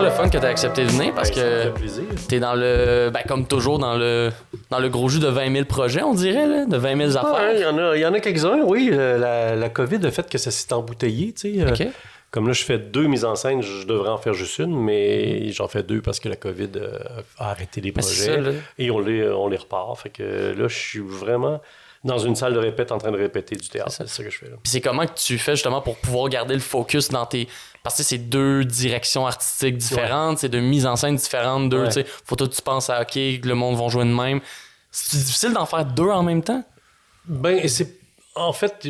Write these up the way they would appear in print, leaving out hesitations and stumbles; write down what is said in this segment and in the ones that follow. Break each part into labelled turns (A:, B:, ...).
A: le fun que tu aies accepté de venir parce
B: Ça me
A: que
B: fait plaisir.
A: tu es dans le. Ben, comme toujours, dans le gros jus de 20 000 projets, on dirait, là, de 20 000 affaires.
B: Il y en a quelques-uns, oui. La COVID a fait que ça s'est embouteillé, tu sais.
A: OK.
B: Comme là, je fais 2 mises en scène, je devrais en faire juste une, mais j'en fais 2 parce que la COVID a arrêté les
A: Mais c'est
B: projets
A: ça, là.
B: et on les repart. Fait que là, je suis vraiment dans une salle de répète en train de répéter du théâtre. C'est ça que je fais là.
A: Puis c'est comment que tu fais justement pour pouvoir garder le focus dans tes. Parce que c'est deux directions artistiques différentes, c'est deux mises en scène différentes,
B: Ouais.
A: tu sais. Faut que tu penses à OK, que le monde va jouer de même. C'est difficile d'en faire deux en même temps?
B: Ben, c'est. En fait,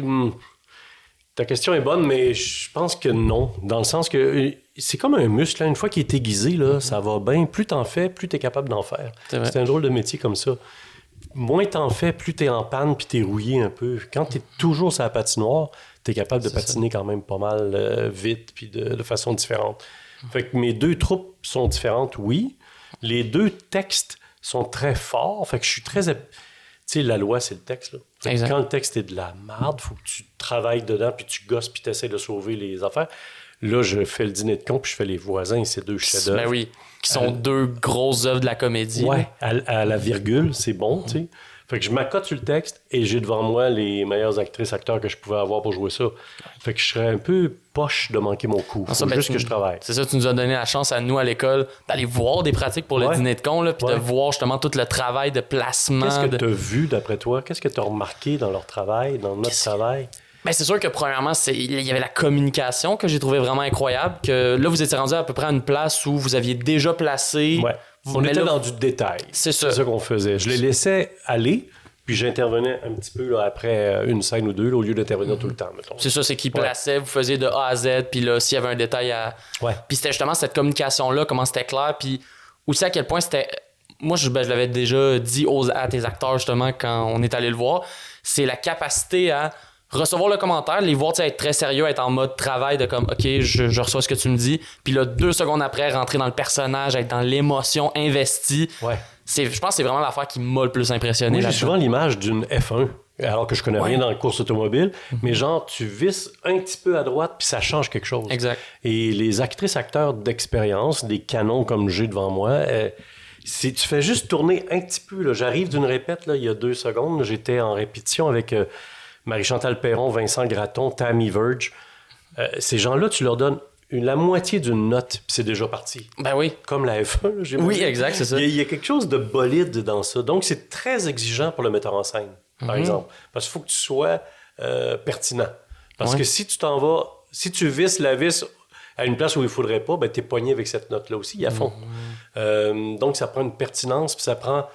B: ta question est bonne, mais je pense que non. Dans le sens que c'est comme un muscle. Hein. Une fois qu'il est aiguisé, là, ça va bien. Plus t'en fais, plus t'es capable d'en faire.
A: C'est vrai.
B: C'est un drôle de métier comme ça. Moins t'en fais, plus t'es en panne, puis t'es rouillé un peu. Quand t'es toujours sur la patinoire, t'es capable de patiner quand même pas mal vite, puis de façon différente. Fait que mes 2 troupes sont différentes, oui. Les 2 textes sont très forts. Fait que je suis très... Tu sais, la loi, c'est le texte, là. Fait que
A: Exact.
B: quand le texte est de la merde, faut que tu travailles dedans, puis tu gosses, puis tu essaies de sauver les affaires. Là, je fais le dîner de con, puis je fais les voisins, et c'est 2 chefs-d'œuvre.
A: Ben oui, qui sont deux grosses œuvres de la comédie.
B: Ouais, à la virgule, c'est bon, tu sais. Fait que je m'accote sur le texte et j'ai devant moi les meilleures actrices, acteurs que je pouvais avoir pour jouer ça. Fait que je serais un peu poche de manquer mon coup. Faut
A: Ça, ben,
B: juste que je travaille.
A: C'est ça, tu nous as donné la chance à nous à l'école d'aller voir des pratiques pour le
B: Ouais.
A: dîner de con, là, puis de
B: Ouais.
A: voir justement tout le travail de placement.
B: Qu'est-ce que
A: de-
B: tu as vu d'après toi? Qu'est-ce que tu as remarqué dans leur travail, dans notre travail?
A: Ben, c'est sûr que premièrement, il y avait la communication que j'ai trouvé vraiment incroyable. Que là, vous étiez rendu à peu près à une place où vous aviez déjà placé.
B: Ouais. On
A: Mais
B: était
A: là,
B: dans du détail.
A: C'est ça.
B: C'est ça qu'on faisait. Je les laissais aller, puis j'intervenais un petit peu là, après une scène ou deux, là, au lieu d'intervenir tout le temps, mettons.
A: C'est ça, c'est qu'ils plaçaient, vous faisiez de A à Z, puis là, s'il y avait un détail à.
B: Ouais.
A: Puis c'était justement cette communication-là, comment c'était clair, puis aussi à quel point c'était. Moi, je l'avais déjà dit à tes acteurs, justement, quand on est allé le voir, c'est la capacité à recevoir le commentaire, les voir être très sérieux, être en mode travail, de comme, OK, je reçois ce que tu me dis, puis là, 2 secondes après, rentrer dans le personnage, être dans l'émotion investie.
B: Ouais.
A: Je pense que c'est vraiment l'affaire qui m'a le plus impressionné.
B: Moi, j'ai
A: là-dedans.
B: souvent l'image d'une F1, alors que je connais rien dans la course automobile, mais genre, tu visses un petit peu à droite, puis ça change quelque chose.
A: Exact.
B: Et les actrices, acteurs d'expérience, des canons comme j'ai devant moi, tu fais juste tourner un petit peu. Là. J'arrive d'une répète, là, il y a 2 secondes, là, j'étais en répétition avec Marie-Chantal Perron, Vincent Gratton, Tammy Verge. Ces gens-là, tu leur donnes la moitié d'une note, puis c'est déjà parti.
A: Ben oui.
B: Comme la F1, là, j'ai
A: Oui, exact, c'est ça.
B: Il y a quelque chose de bolide dans ça. Donc, c'est très exigeant pour le metteur en scène, par exemple. Parce qu'il faut que tu sois pertinent. Parce
A: Ouais.
B: que si tu t'en vas, si tu visses la vis à une place où il ne faudrait pas, ben, tu es poigné avec cette note-là aussi, à fond. Donc, ça prend une pertinence, puis ça prend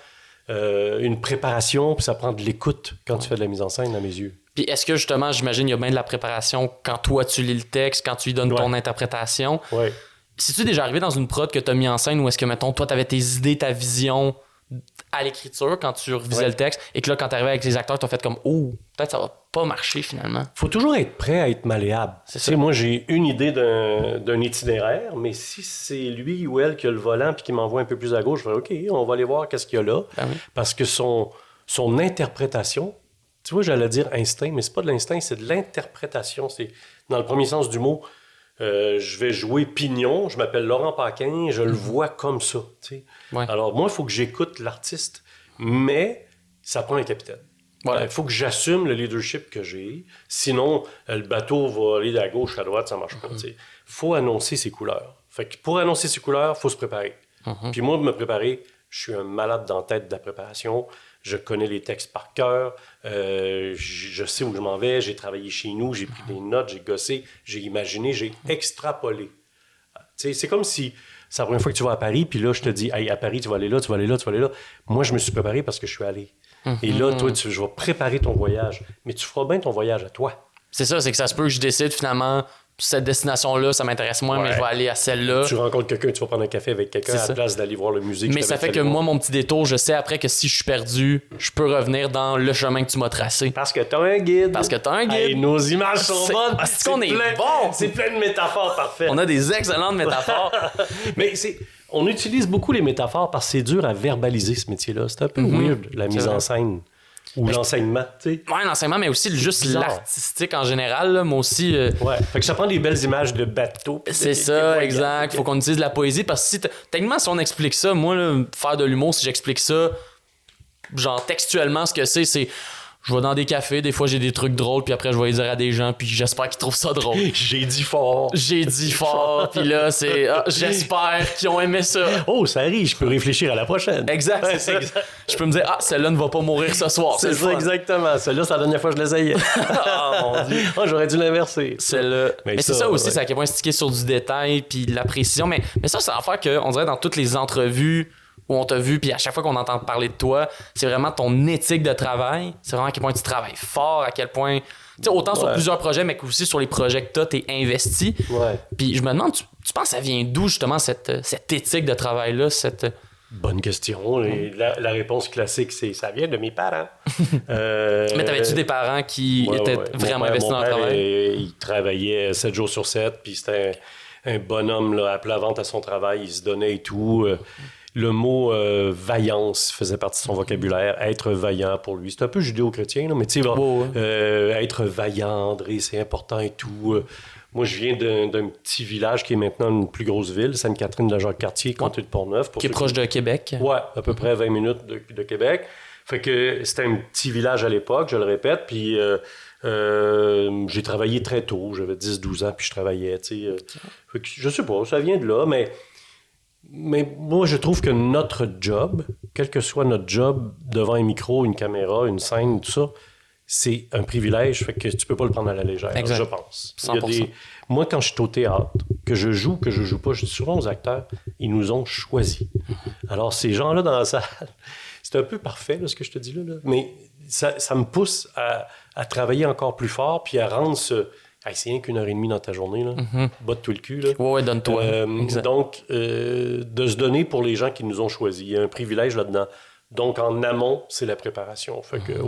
B: une préparation, puis ça prend de l'écoute quand tu fais de la mise en scène, à mes yeux.
A: Puis est-ce que justement, j'imagine, il y a bien de la préparation quand toi tu lis le texte, quand tu lui donnes ton interprétation.
B: Ouais.
A: Si-tu déjà arrivé dans une prod que tu as mis en scène ou est-ce que, mettons, toi, tu avais tes idées, ta vision à l'écriture quand tu revisais le texte et que là, quand tu arrivais avec les acteurs, tu as fait comme oh, peut-être ça va pas marcher finalement.
B: Faut toujours être prêt à être malléable.
A: C'est
B: Tu sais, moi, j'ai une idée d'un itinéraire, mais si c'est lui ou elle qui a le volant puis qui m'envoie un peu plus à gauche, je vais OK, on va aller voir qu'est-ce qu'il y a là.
A: Ben oui.
B: Parce que son interprétation, tu vois, j'allais dire instinct, mais c'est pas de l'instinct, c'est de l'interprétation. C'est dans le premier sens du mot. Je vais jouer Pignon, je m'appelle Laurent Paquin, je le vois comme ça. Tu sais.
A: Ouais.
B: Alors, moi, il faut que j'écoute l'artiste, mais ça prend un capitaine.
A: Voilà.
B: Il faut que j'assume le leadership que j'ai. Sinon, le bateau va aller de la gauche à droite, ça marche pas. Il faut annoncer ses couleurs. Fait que pour annoncer ses couleurs, il faut se préparer. Puis moi, de me préparer, je suis un malade dans la tête de la préparation. Je connais les textes par cœur. Je sais où je m'en vais. J'ai travaillé chez nous. J'ai pris des notes. J'ai gossé. J'ai imaginé. J'ai extrapolé. C'est comme si c'est la première fois que tu vas à Paris, puis là, je te dis, hey, à Paris, tu vas aller là, tu vas aller là, tu vas aller là. Moi, je me suis préparé parce que je suis allé. Et là, toi, je vais préparer ton voyage. Mais tu feras bien ton voyage à toi.
A: C'est ça, c'est que ça se peut que je décide finalement, cette destination-là, ça m'intéresse moins, mais je vais aller à celle-là.
B: Tu rencontres quelqu'un, tu vas prendre un café avec quelqu'un à
A: C'est ça.
B: la place d'aller voir le musée.
A: Mais ça fait que moi, mon petit détour, je sais après que si je suis perdu, je peux revenir dans le chemin que tu m'as tracé.
B: Parce que t'as un guide.
A: Parce que t'as un guide.
B: Hey, nos images sont
A: C'est-
B: bonnes.
A: Ah, c'est qu'on est
B: plein,
A: bon.
B: C'est plein de métaphores parfaites.
A: On a des excellentes métaphores.
B: Mais on utilise beaucoup les métaphores parce que c'est dur à verbaliser ce métier-là. C'est un peu weird, la mise
A: vrai.
B: en scène. Ou l'enseignement, tu sais.
A: Ouais, l'enseignement, mais aussi juste
B: bizarre.
A: l'artistique en général. Là. Moi aussi.
B: Ouais. Fait que ça prend des belles images de bateaux.
A: C'est ça, exact. Faut qu'on utilise la poésie parce que techniquement, si on explique ça, moi, là, faire de l'humour, si j'explique ça, genre textuellement, ce que c'est. Je vais dans des cafés, des fois j'ai des trucs drôles, puis après je vais les dire à des gens, puis j'espère qu'ils trouvent ça drôle.
B: J'ai dit fort.
A: Puis là, c'est j'espère qu'ils ont aimé ça.
B: Oh, ça arrive, je peux réfléchir à la prochaine.
A: Exact, c'est ça.
B: Exact.
A: Je peux me dire, celle-là ne va pas mourir ce soir.
B: C'est ça, exactement. Celle-là, c'est la dernière fois que je l'essayais.
A: Mon Dieu.
B: Oh, j'aurais dû l'inverser.
A: Celle-là. Mais c'est ça aussi,
B: ouais.
A: c'est à quel point sticker sur du détail, puis la précision. Mais ça, c'est l'affaire qu'on dirait dans toutes les entrevues où on t'a vu, puis à chaque fois qu'on entend parler de toi, c'est vraiment ton éthique de travail. C'est vraiment à quel point tu travailles fort, à quel point... Tu sais, autant sur plusieurs projets, mais aussi sur les projets que t'es investi.
B: Ouais.
A: Puis je me demande, tu penses que ça vient d'où, justement, cette éthique de travail-là?
B: Bonne question. Et la réponse classique, c'est ça vient de mes parents.
A: Mais t'avais-tu des parents qui étaient vraiment investis dans le travail?
B: Il travaillait 7 jours sur 7, puis c'était un bonhomme là, à plat ventre à son travail, il se donnait et tout. Le mot vaillance faisait partie de son vocabulaire. Être vaillant pour lui. C'est un peu judéo-chrétien, là, mais tu sais, être vaillant, André, c'est important et tout. Moi, je viens d'un petit village qui est maintenant une plus grosse ville, Sainte-Catherine de la Jacques-Cartier, comté de Port-Neuf.
A: Qui est proche de Québec.
B: Ouais, à peu près 20 minutes de Québec. Fait que c'était un petit village à l'époque, je le répète, puis j'ai travaillé très tôt, j'avais 10-12 ans, puis je travaillais, tu sais. Fait que je sais pas, ça vient de là, mais moi, je trouve que notre job, quel que soit notre job, devant un micro, une caméra, une scène, tout ça, c'est un privilège, fait que tu peux pas le prendre à la légère,
A: exact.
B: je pense.
A: 100%.
B: Moi, quand je suis au théâtre, que je joue pas, je dis souvent aux acteurs, ils nous ont choisis. Alors, ces gens-là dans la salle, c'est un peu parfait, là, ce que je te dis là, mais ça me pousse à travailler encore plus fort, puis à rendre ce... Hey, c'est rien qu'1h30 dans ta journée, là. Botte-toi le cul, là.
A: Ouais, donne-toi.
B: Donc, de se donner pour les gens qui nous ont choisis. Il y a un privilège là-dedans. Donc, en amont, c'est la préparation. Fait que,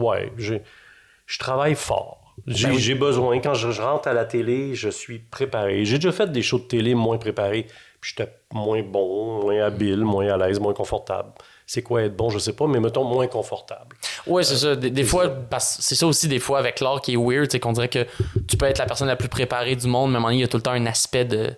B: je travaille fort. J'ai besoin. Quand je rentre à la télé, je suis préparé. J'ai déjà fait des shows de télé moins préparés. Puis j'étais moins bon, moins habile, moins à l'aise, moins confortable. C'est quoi être bon, je sais pas, mais mettons moins confortable.
A: Ouais, c'est ça. Des fois, parce que c'est ça aussi des fois avec l'art qui est weird, c'est qu'on dirait que tu peux être la personne la plus préparée du monde, mais à un moment donné, il y a tout le temps un aspect de...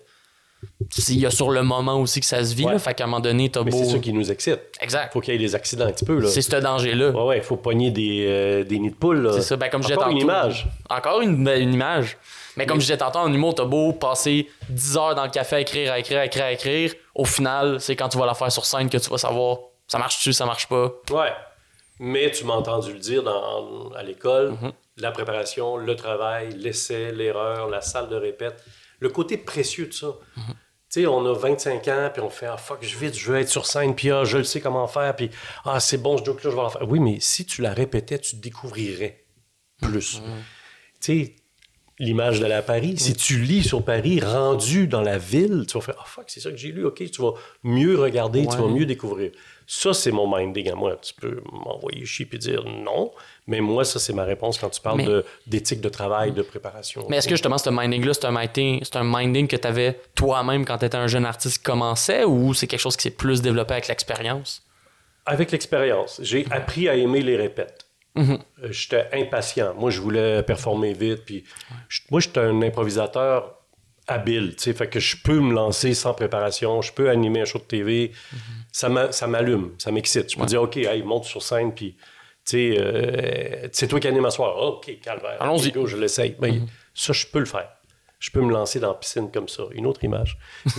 A: Il y a sur le moment aussi que ça se vit, là, fait qu'à un moment donné, t'as beau...
B: Mais c'est ça qui nous excite.
A: Exact.
B: Faut qu'il y ait des accidents un petit peu, là.
A: C'est ce danger-là.
B: Ouais, il faut pogner des nids de poules, là.
A: C'est ça, ben comme je disais
B: Encore
A: tantôt.
B: une image.
A: Encore une image. Mais comme je disais tantôt, en humour, t'as beau passer 10 heures dans le café à écrire. Au final, c'est quand tu vas la faire sur scène que tu vas savoir ça marche-tu, ça marche pas.
B: Ouais. Mais tu m'as entendu le dire à l'école, la préparation, le travail, l'essai, l'erreur, la salle de répète, le côté précieux de ça. Tu sais, on a 25 ans, puis on fait « Ah, fuck, je veux être sur scène, puis je le sais comment faire, puis c'est bon, je dois que là, je vais la faire. » Oui, mais si tu la répétais, tu découvrirais plus. Tu sais, l'image d'aller à Paris, si tu lis sur Paris, rendu dans la ville, tu vas faire « Ah, fuck, c'est ça que j'ai lu, OK. » Tu vas mieux regarder, tu vas mieux découvrir. Ça, c'est mon minding à moi. Tu peux m'envoyer chier et dire non, mais moi, ça, c'est ma réponse quand tu parles d'éthique de travail, de préparation.
A: Mais est-ce que justement, ce minding-là, c'est un minding que tu avais toi-même quand tu étais un jeune artiste qui commençait ou c'est quelque chose qui s'est plus développé avec l'expérience?
B: Avec l'expérience. J'ai appris à aimer les répètes. J'étais impatient. Moi, je voulais performer vite. Puis moi, j'étais un improvisateur habile, tu sais, fait que je peux me lancer sans préparation, je peux animer un show de TV, ça m'allume, ça m'excite. Je peux dire, OK, hey, monte sur scène, puis, tu sais, c'est toi qui anime à soir. OK, calvaire.
A: Allons-y.
B: Go, je l'essaye. Mais ça, je peux le faire. Je peux me lancer dans la piscine comme ça. Une autre image.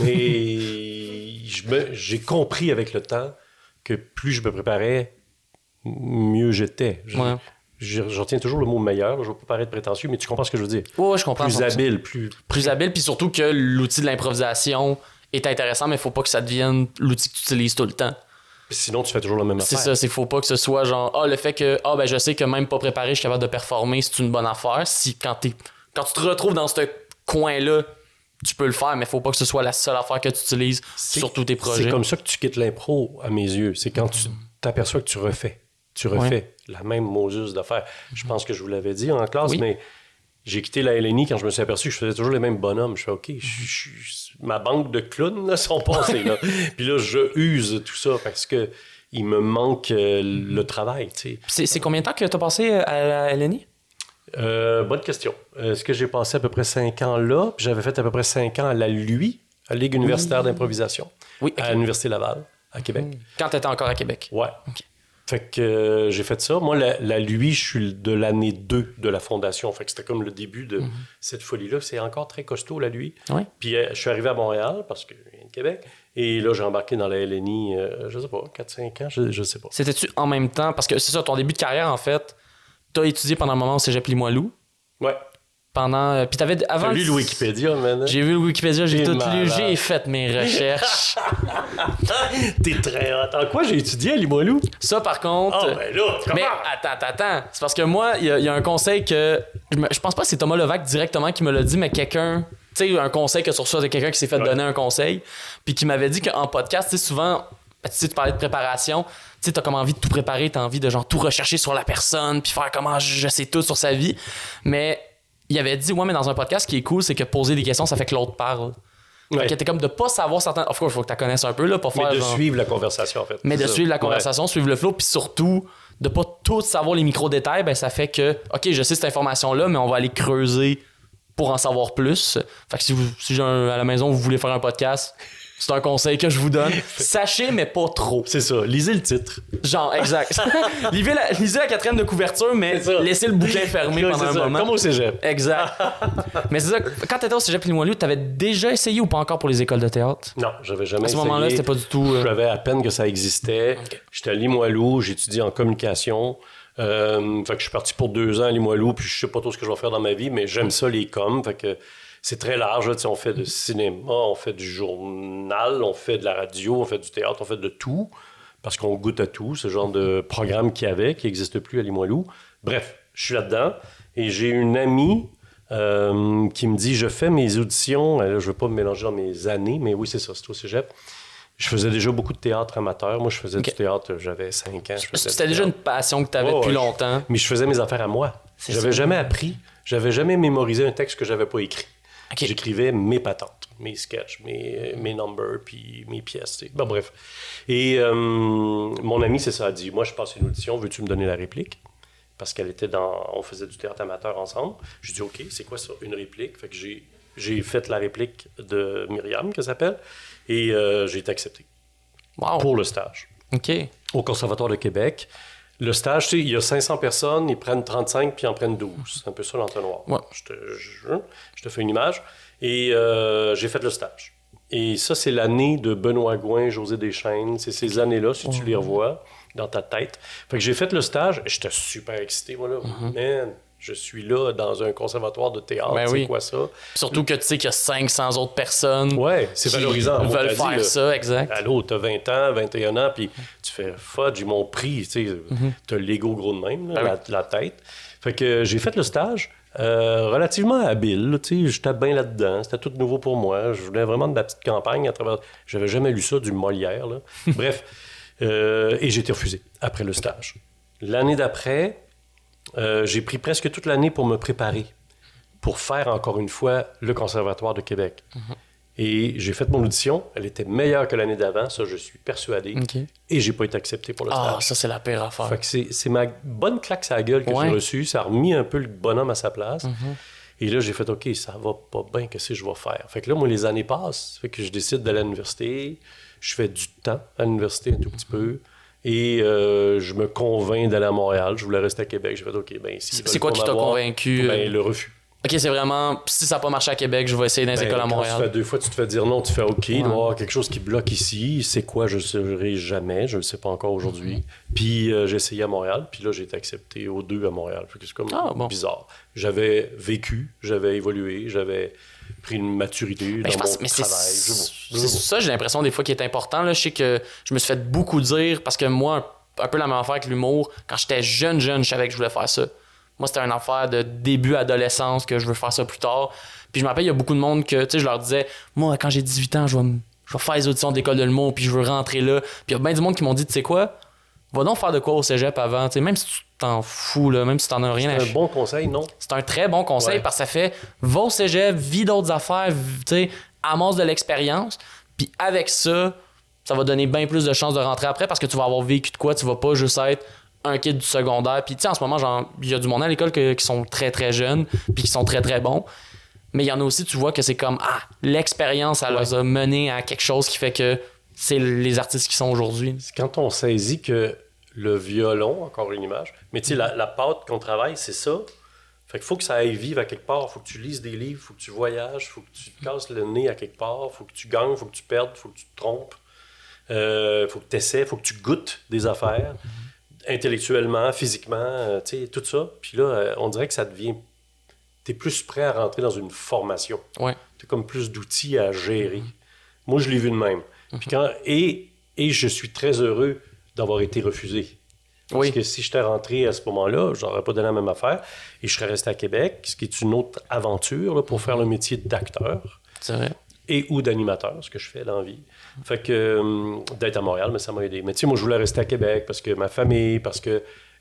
B: Mais j'ai compris avec le temps que plus je me préparais, mieux j'étais. Je retiens toujours le mot meilleur, je ne veux pas paraître prétentieux, mais tu comprends ce que je veux dire.
A: Oui, je comprends.
B: Plus habile,
A: plus habile, puis surtout que l'outil de l'improvisation est intéressant, mais il ne faut pas que ça devienne l'outil que tu utilises tout le temps.
B: Sinon, tu fais toujours la même affaire.
A: C'est ça, il ne faut pas que ce soit genre, le fait que, ben je sais que même pas préparé, je suis capable de performer, c'est une bonne affaire. Si quand tu te retrouves dans ce coin-là, tu peux le faire, mais il ne faut pas que ce soit la seule affaire que tu utilises sur tous tes projets.
B: C'est comme ça que tu quittes l'impro, à mes yeux. C'est quand tu t'aperçois que tu refais. La même Moses d'affaires. Je pense que je vous l'avais dit en classe, mais j'ai quitté la LNI quand je me suis aperçu que je faisais toujours les mêmes bonhommes. Je fais OK, ma banque de clowns là, sont passés. Là. Puis là, je use tout ça parce que il me manque le travail, tu sais.
A: C'est combien de temps que tu as passé à la LNI?
B: Bonne question. Est-ce que j'ai passé à peu près 5 ans là, puis j'avais fait à peu près 5 ans à la LUI, à la Ligue universitaire d'improvisation, à l'Université Laval, à Québec.
A: Quand tu étais encore à Québec?
B: Ouais. Okay. Fait que j'ai fait ça. Moi, la LUI, je suis de l'année 2 de la fondation. Fait que c'était comme le début de cette folie-là. C'est encore très costaud, la LUI.
A: Oui.
B: Puis je suis arrivé à Montréal, parce que je viens de Québec. Et là, j'ai embarqué dans la LNI, je sais pas, 4-5 ans, je sais pas.
A: C'était-tu en même temps? Parce que c'est ça, ton début de carrière, en fait, tu as étudié pendant un moment au Cégep Limoilou.
B: Ouais.
A: Puis t'avais avant.
B: T'as lu le Wikipédia, man.
A: J'ai vu le Wikipédia, j'ai tout lu, j'ai fait mes recherches.
B: T'es très hot. En quoi j'ai étudié à Limoilou?
A: Ça, par contre.
B: Ah, ben là, comment?
A: Mais attends. C'est parce que moi, il y a un conseil que. Je pense pas que c'est Thomas Levac directement qui me l'a dit, mais quelqu'un. Tu sais, un conseil que tu reçois de quelqu'un qui s'est fait donner un conseil. Puis qui m'avait dit qu'en podcast, tu sais, souvent. Tu parlais de préparation, tu sais, t'as comme envie de tout préparer, t'as envie de genre tout rechercher sur la personne, puis faire comment je sais tout sur sa vie. Mais il avait dit, ouais, mais dans un podcast, ce qui est cool, c'est que poser des questions, ça fait que l'autre parle. Ouais. Fait que t'es comme de pas savoir certains. Of course, il faut que tu connaisses un peu, là, pour faire.
B: Mais de suivre la conversation, en fait.
A: Mais de suivre la conversation, suivre le flow, puis surtout, de pas tout savoir les micro-détails, ben ça fait que, OK, je sais cette information-là, mais on va aller creuser pour en savoir plus. Fait que si à la maison, vous voulez faire un podcast. C'est un conseil que je vous donne. Sachez, mais pas trop.
B: C'est ça. Lisez le titre.
A: Genre, exact. Lisez la 4e de couverture, mais laissez le bouquin fermé pendant un moment.
B: Comme au cégep.
A: Exact. Mais c'est ça, quand t'étais au cégep Limoilou, t'avais déjà essayé ou pas encore pour les écoles de théâtre?
B: Non, j'avais jamais essayé.
A: À ce moment-là, c'était pas du tout...
B: Je savais à peine que ça existait. Okay. J'étais à Limoilou, j'étudiais en communication. Fait que je suis parti pour 2 ans à Limoilou, puis je sais pas trop ce que je vais faire dans ma vie, mais j'aime ça, les coms. Fait que c'est très large. Là, on fait du cinéma, on fait du journal, on fait de la radio, on fait du théâtre, on fait de tout, parce qu'on goûte à tout, ce genre de programme qu'il y avait, qui n'existe plus à Limoilou. Bref, je suis là-dedans, et j'ai une amie qui me dit, je fais mes auditions, là, je ne veux pas me mélanger dans mes années, mais oui, c'est ça, c'est au cégep. Je faisais déjà beaucoup de théâtre amateur. Moi, je faisais du théâtre, j'avais 5 ans.
A: C'était déjà une passion que tu avais depuis longtemps.
B: Mais je faisais mes affaires à moi. J'avais jamais appris, j'avais jamais mémorisé un texte que j'avais pas écrit. Okay. J'écrivais mes patentes, mes sketchs, mes numbers, puis mes pièces. T'sais. Ben, bref. Et mon ami, c'est ça, a dit, moi, je passe une audition, veux-tu me donner la réplique? Parce qu'elle était on faisait du théâtre amateur ensemble. Je dis, OK, c'est quoi ça, une réplique? Fait que j'ai fait la réplique de Myriam, qu'elle s'appelle, et j'ai été accepté pour le stage.
A: OK.
B: Au Conservatoire de Québec. Le stage, tu sais, il y a 500 personnes, ils prennent 35 puis ils en prennent 12. C'est un peu ça l'entonnoir.
A: Ouais.
B: Je te fais une image. Et j'ai fait le stage. Et ça, c'est l'année de Benoît Gouin, José Deschênes. C'est ces années-là, si tu les revois dans ta tête. Fait que j'ai fait le stage. J'étais super excité, moi, là. Man, je suis là dans un conservatoire de théâtre. Ben c'est quoi ça?
A: Surtout que tu sais qu'il y a 500 autres personnes.
B: Ouais, c'est valorisant.
A: Qui veulent faire ça, exact.
B: Allô, t'as 20 ans, 21 ans, puis tu fais fudge, ils m'ont pris. Tu sais, t'as l'ego gros de même, là, la tête. Fait que j'ai fait le stage. Relativement habile, tu sais, j'étais bien là-dedans, c'était tout nouveau pour moi, je voulais vraiment de la petite campagne à travers... J'avais jamais lu ça, du Molière, là. Bref, et j'ai été refusé après le stage. L'année d'après, j'ai pris presque toute l'année pour me préparer, pour faire encore une fois le Conservatoire de Québec. Et j'ai fait mon audition, elle était meilleure que l'année d'avant, ça je suis persuadé, et j'ai pas été accepté pour le stage.
A: Ah, ça c'est la pire affaire.
B: Fait que c'est ma bonne claque à la gueule que j'ai reçue, ça a remis un peu le bonhomme à sa place. Et là, j'ai fait, OK, ça va pas bien, qu'est-ce que je vais faire? Fait que là, moi, les années passent, fait que je décide d'aller à l'université, je fais du temps à l'université un tout petit peu, et je me convainc d'aller à Montréal, je voulais rester à Québec, j'ai fait, OK, ben si
A: c'est quoi qui t'a convaincu?
B: Ben, le refus.
A: OK, c'est vraiment, si ça n'a pas marché à Québec, je vais essayer dans les écoles à Montréal.
B: Quand tu fais 2 fois, tu te fais dire non, tu fais OK, il doit y avoir quelque chose qui bloque ici. C'est quoi, je ne saurais jamais, je ne le sais pas encore aujourd'hui. Puis j'ai essayé à Montréal, puis là, j'ai été accepté aux 2 à Montréal. C'est comme bizarre. J'avais vécu, j'avais évolué, j'avais pris une maturité dans mon travail.
A: C'est ça, j'ai l'impression des fois qui est important. Là. Je sais que je me suis fait beaucoup dire, parce que moi, un peu la même affaire avec l'humour, quand j'étais jeune, je savais que je voulais faire ça. Moi, c'était une affaire de début adolescence que je veux faire ça plus tard. Puis je me rappelle, il y a beaucoup de monde que, tu sais, je leur disais, moi, quand j'ai 18 ans, je vais faire les auditions d'école de l'humour, puis je veux rentrer là. Puis il y a bien du monde qui m'ont dit, tu sais quoi, va donc faire de quoi au cégep avant, tu sais, même si tu t'en fous, là, même si tu t'en as rien à...
B: C'est un bon conseil, non?
A: C'est un très bon conseil parce que ça fait, va au cégep, vis d'autres affaires, tu sais, amasse de l'expérience. Puis avec ça, ça va donner bien plus de chances de rentrer après parce que tu vas avoir vécu de quoi, tu vas pas juste être un kid du secondaire. Puis tu sais, en ce moment, genre, il y a du monde à l'école qui sont très très jeunes puis qui sont très très bons. Mais il y en a aussi, tu vois que c'est comme, l'expérience, elle les a menés à quelque chose qui fait que c'est les artistes qui sont aujourd'hui.
B: C'est quand on saisit que le violon, encore une image, mais tu sais, la pâte qu'on travaille, c'est ça. Fait qu'il faut que ça aille vivre à quelque part. Faut que tu lises des livres, faut que tu voyages, faut que tu te casses le nez à quelque part, faut que tu gagnes, faut que tu perdes, faut que tu te trompes. Faut que tu essaies, faut que tu goûtes des affaires, intellectuellement, physiquement, tu sais, tout ça. Puis là, on dirait que ça devient... T'es plus prêt à rentrer dans une formation.
A: Ouais.
B: T'as comme plus d'outils à gérer. Moi, je l'ai vu de même. Puis et je suis très heureux d'avoir été refusé. Parce que si j'étais rentré à ce moment-là, j'aurais pas donné la même affaire et je serais resté à Québec, ce qui est une autre aventure là, pour faire le métier d'acteur.
A: C'est vrai.
B: Et ou d'animateur, ce que je fais dans la vie. Fait que d'être à Montréal, mais ça m'a aidé. Mais tu sais, moi, je voulais rester à Québec parce que ma famille, parce que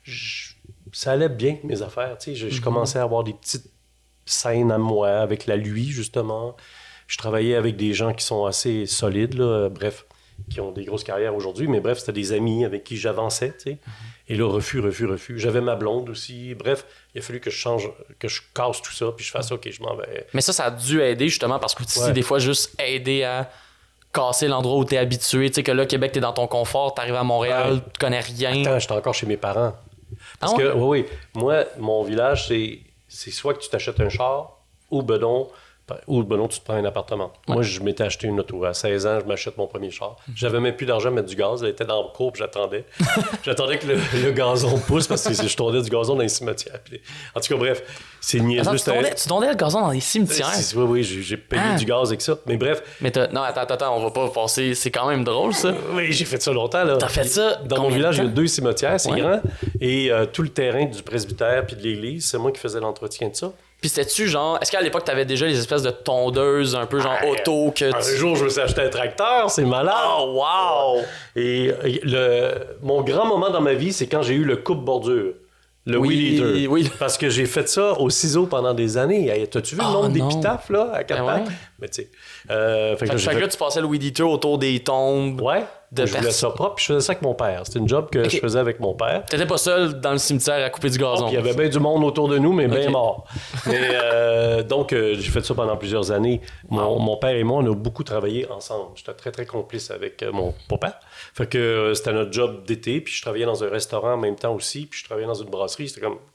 B: ça allait bien, mes affaires. Tu sais, je commençais à avoir des petites scènes à moi avec la Lui, justement. Je travaillais avec des gens qui sont assez solides, là, bref, qui ont des grosses carrières aujourd'hui, mais bref, c'était des amis avec qui j'avançais, tu sais. Et là, refus. J'avais ma blonde aussi. Bref, il a fallu que je change, que je casse tout ça, puis je fasse OK, je m'en vais.
A: Mais ça a dû aider justement parce que tu des fois, juste aider à casser l'endroit où t'es habitué. Tu sais que là, Québec, t'es dans ton confort, t'arrives à Montréal, tu connais rien.
B: Attends, j'étais encore chez mes parents. Parce que, oui, moi, mon village, c'est soit que tu t'achètes un char, ou bedon, tu te prends un appartement. Moi, je m'étais acheté une auto. À 16 ans, je m'achète mon premier char. J'avais même plus d'argent à mettre du gaz. Elle était dans le cours, puis j'attendais. J'attendais que le gazon pousse parce que je tournais du gazon dans les cimetières. En tout cas, bref, c'est niaiseux.
A: Tu tournais le gazon dans les cimetières?
B: Oui, j'ai payé du gaz avec ça. Mais bref.
A: Mais non, attends, on va pas passer. C'est quand même drôle, ça.
B: Oui, j'ai fait ça longtemps. Là.
A: T'as fait ça?
B: Dans mon village, il y a 2 cimetières, c'est grand. Et tout le terrain du presbytère puis de l'église, c'est moi qui faisais l'entretien de ça.
A: Puis c'était-tu genre... Est-ce qu'à l'époque, t'avais déjà les espèces de tondeuses un peu genre auto que...
B: Un jour, je me suis acheté un tracteur, c'est malade!
A: Oh, wow!
B: Et mon grand moment dans ma vie, c'est quand j'ai eu le coupe-bordure. Le Weed Eater.
A: Oui.
B: Parce que j'ai fait ça au ciseau pendant des années. Hey, t'as-tu vu le nombre d'épitaphes, là, à 4 pattes? Mais tu sais...
A: fait que là, tu passais le Weed Eater autour des tombes.
B: Ouais. Je voulais ça propre, puis je faisais ça avec mon père. C'était une job que je faisais avec mon père.
A: T'étais pas seul dans le cimetière à couper du gazon.
B: Il y avait bien du monde autour de nous, mais bien mort. Mais donc, j'ai fait ça pendant plusieurs années. Mon père et moi, on a beaucoup travaillé ensemble. J'étais très, très complice avec mon papa. Fait que c'était notre job d'été, puis je travaillais dans un restaurant en même temps aussi, puis je travaillais dans une brasserie. C'était comme...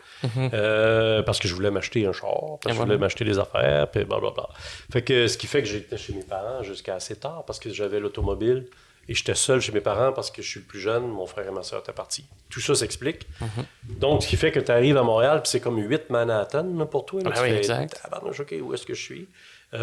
B: parce que je voulais m'acheter un char, parce que je voulais m'acheter des affaires, puis blablabla. Fait que ce qui fait que j'étais chez mes parents jusqu'à assez tard, parce que j'avais l'automobile. Et j'étais seul chez mes parents parce que je suis le plus jeune, mon frère et ma soeur étaient partis. Tout ça s'explique. Donc, ce qui fait que tu arrives à Montréal, puis c'est comme 8 Manhattan là, pour toi. Là,
A: oui, exact.
B: OK, où est-ce que je suis?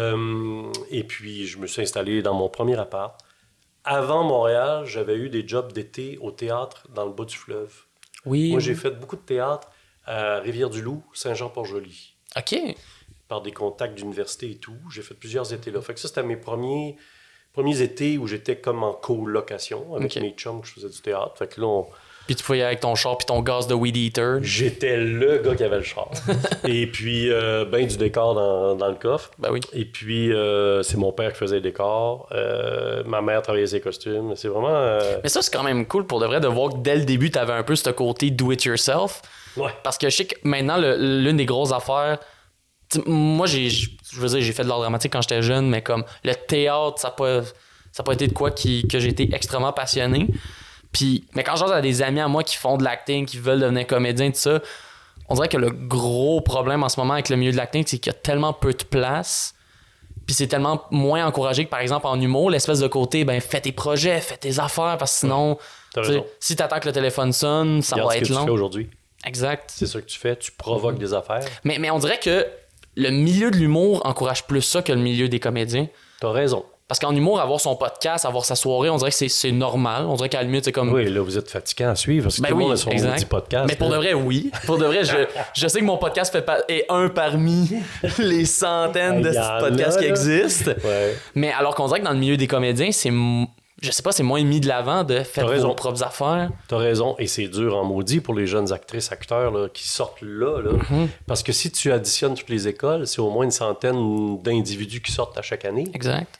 B: Et puis, je me suis installé dans mon premier appart. Avant Montréal, j'avais eu des jobs d'été au théâtre dans le bas du fleuve.
A: Oui.
B: Moi, j'ai fait beaucoup de théâtre à Rivière-du-Loup, Saint-Jean-Port-Joli.
A: OK.
B: Par des contacts d'université et tout. J'ai fait plusieurs étés là. Fait que ça, c'était mes premiers étés où j'étais comme en colocation avec mes chums que je faisais du théâtre. Fait que là,
A: Puis tu pouvais y aller avec ton char puis ton gaz de Weed Eater.
B: J'étais le gars qui avait le char. Et puis, ben du décor dans le coffre.
A: Ben oui.
B: Et puis, c'est mon père qui faisait les décors. Ma mère travaillait ses costumes. C'est vraiment...
A: Mais ça, c'est quand même cool pour de vrai de voir que dès le début, t'avais un peu ce côté do-it-yourself.
B: Ouais.
A: Parce que je sais que maintenant, l'une des grosses affaires... Moi, j'ai fait de l'art dramatique quand j'étais jeune, mais comme le théâtre, ça n'a pas été de quoi que j'ai été extrêmement passionné. Mais quand j'entends des amis à moi qui font de l'acting, qui veulent devenir comédien, tout ça, on dirait que le gros problème en ce moment avec le milieu de l'acting, c'est qu'il y a tellement peu de place. Puis c'est tellement moins encouragé que, par exemple, en humour, l'espèce de côté, ben fais tes projets, fais tes affaires, parce que sinon, si t'attends que le téléphone sonne, ça va être long.
B: ce que tu fais aujourd'hui.
A: Exact.
B: C'est ça que tu fais, tu provoques des affaires.
A: Mais on dirait que le milieu de l'humour encourage plus ça que le milieu des comédiens.
B: T'as raison.
A: Parce qu'en humour, avoir son podcast, avoir sa soirée, on dirait que c'est normal. On dirait qu'à la limite, c'est comme...
B: Oui, là, vous êtes fatigant à suivre parce que tout le monde a son petit podcast.
A: Mais pour de vrai, oui. Pour de vrai, je sais que mon podcast est un parmi les centaines de podcasts qui existent.
B: Ouais.
A: Mais alors qu'on dirait que dans le milieu des comédiens, c'est... Je sais pas, c'est moins mis de l'avant de faire vos propres affaires.
B: T'as raison. Et c'est dur en maudit pour les jeunes actrices, acteurs là, qui sortent là. Parce que si tu additionnes toutes les écoles, c'est au moins une centaine d'individus qui sortent à chaque année.
A: Exact.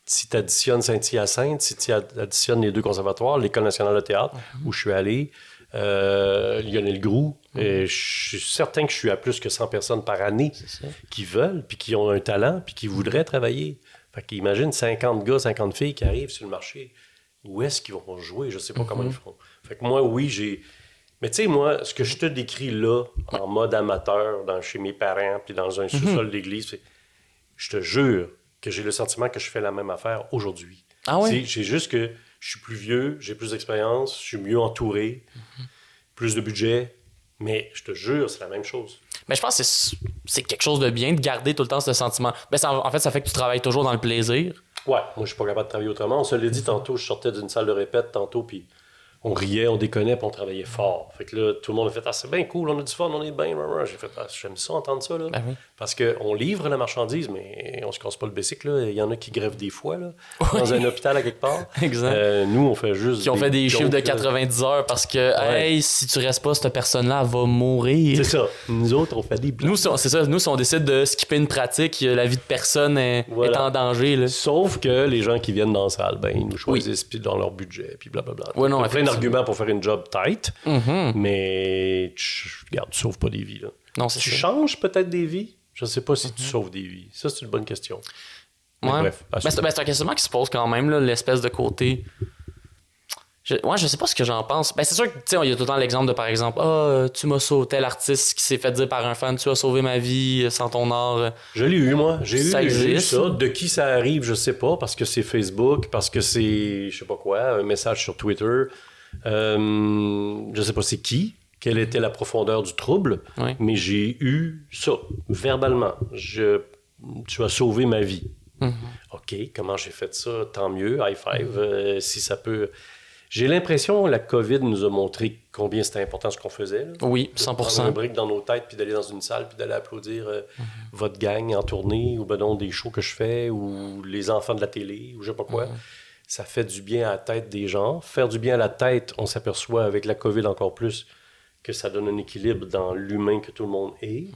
B: si tu additionnes Saint-Hyacinthe, si tu additionnes les 2 conservatoires, l'École nationale de théâtre, où je suis allé, Lionel Groux, et je suis certain que je suis à plus que 100 personnes par année qui veulent, puis qui ont un talent, puis qui voudraient travailler. Fait qu'imagine 50 gars, 50 filles qui arrivent sur le marché. Où est-ce qu'ils vont jouer? Je sais pas comment ils feront. Fait que moi, oui, j'ai... Mais tu sais, moi, ce que je te décris là, en mode amateur, chez mes parents, puis dans un sous-sol d'église, je te jure que j'ai le sentiment que je fais la même affaire aujourd'hui.
A: Ah oui?
B: C'est juste que je suis plus vieux, j'ai plus d'expérience, je suis mieux entouré, plus de budget, mais je te jure, c'est la même chose.
A: Mais je pense que c'est quelque chose de bien de garder tout le temps ce sentiment. Ben, en fait, ça fait que tu travailles toujours dans le plaisir.
B: Ouais, moi, je suis pas capable de travailler autrement. On se l'a dit tantôt, je sortais d'une salle de répète tantôt, puis on riait, on déconnait, puis on travaillait fort. Fait que là, tout le monde a fait « Ah, c'est bien cool, on a du fun, on est bien. » J'ai fait « Ah, j'aime ça, entendre ça, là.
A: Ben oui.
B: Parce qu'on livre la marchandise, mais on se casse pas le bicycle, là. Il y en a qui grèvent des fois, là, dans un hôpital à quelque part.
A: Exact.
B: Nous, on fait juste
A: Qui ont fait des chiffres de 90 heures parce que, hey, si tu restes pas, cette personne-là, elle va mourir.
B: C'est ça. Nous autres, on fait des blagues.
A: C'est ça. Nous, si on décide de skipper une pratique, la vie de personne est en danger. Là.
B: Sauf que les gens qui viennent dans la salle, ben, ils nous choisissent puis dans leur budget, puis blablabla.
A: Ouais, non,
B: il y a plein d'arguments pour faire une job tight, mais regarde, tu sauves pas des vies. Là.
A: Non, c'est
B: tu
A: ça.
B: changes peut-être des vies. Je sais pas si tu sauves des vies. Ça, c'est une bonne question. Mais
A: Ouais.
B: bref.
A: C'est un questionnement qui se pose quand même, là, l'espèce de côté... je sais pas ce que j'en pense. Ben, c'est sûr que, tu sais, il y a tout le temps l'exemple de, par exemple, tu m'as sauvé, tel artiste qui s'est fait dire par un fan, tu as sauvé ma vie sans ton art.
B: Je l'ai eu, moi. J'ai eu
A: existe.
B: ça. De qui ça arrive, je sais pas, parce que c'est Facebook, parce que c'est, je sais pas quoi, un message sur Twitter. Je sais pas c'est qui, quelle était la profondeur du trouble,
A: Oui.
B: mais j'ai eu ça, verbalement. Tu as sauvé ma vie. OK, comment j'ai fait ça? Tant mieux, high five, si ça peut... J'ai l'impression que la COVID nous a montré combien c'était important ce qu'on faisait. Là.
A: Oui,
B: De
A: 100%.
B: prendre un break dans nos têtes, puis d'aller dans une salle, puis d'aller applaudir votre gang en tournée, ou ben non, des shows que je fais, ou les enfants de la télé, ou je sais pas quoi. Ça fait du bien à la tête des gens. Faire du bien à la tête, on s'aperçoit avec la COVID encore plus que ça donne un équilibre dans l'humain que tout le monde est.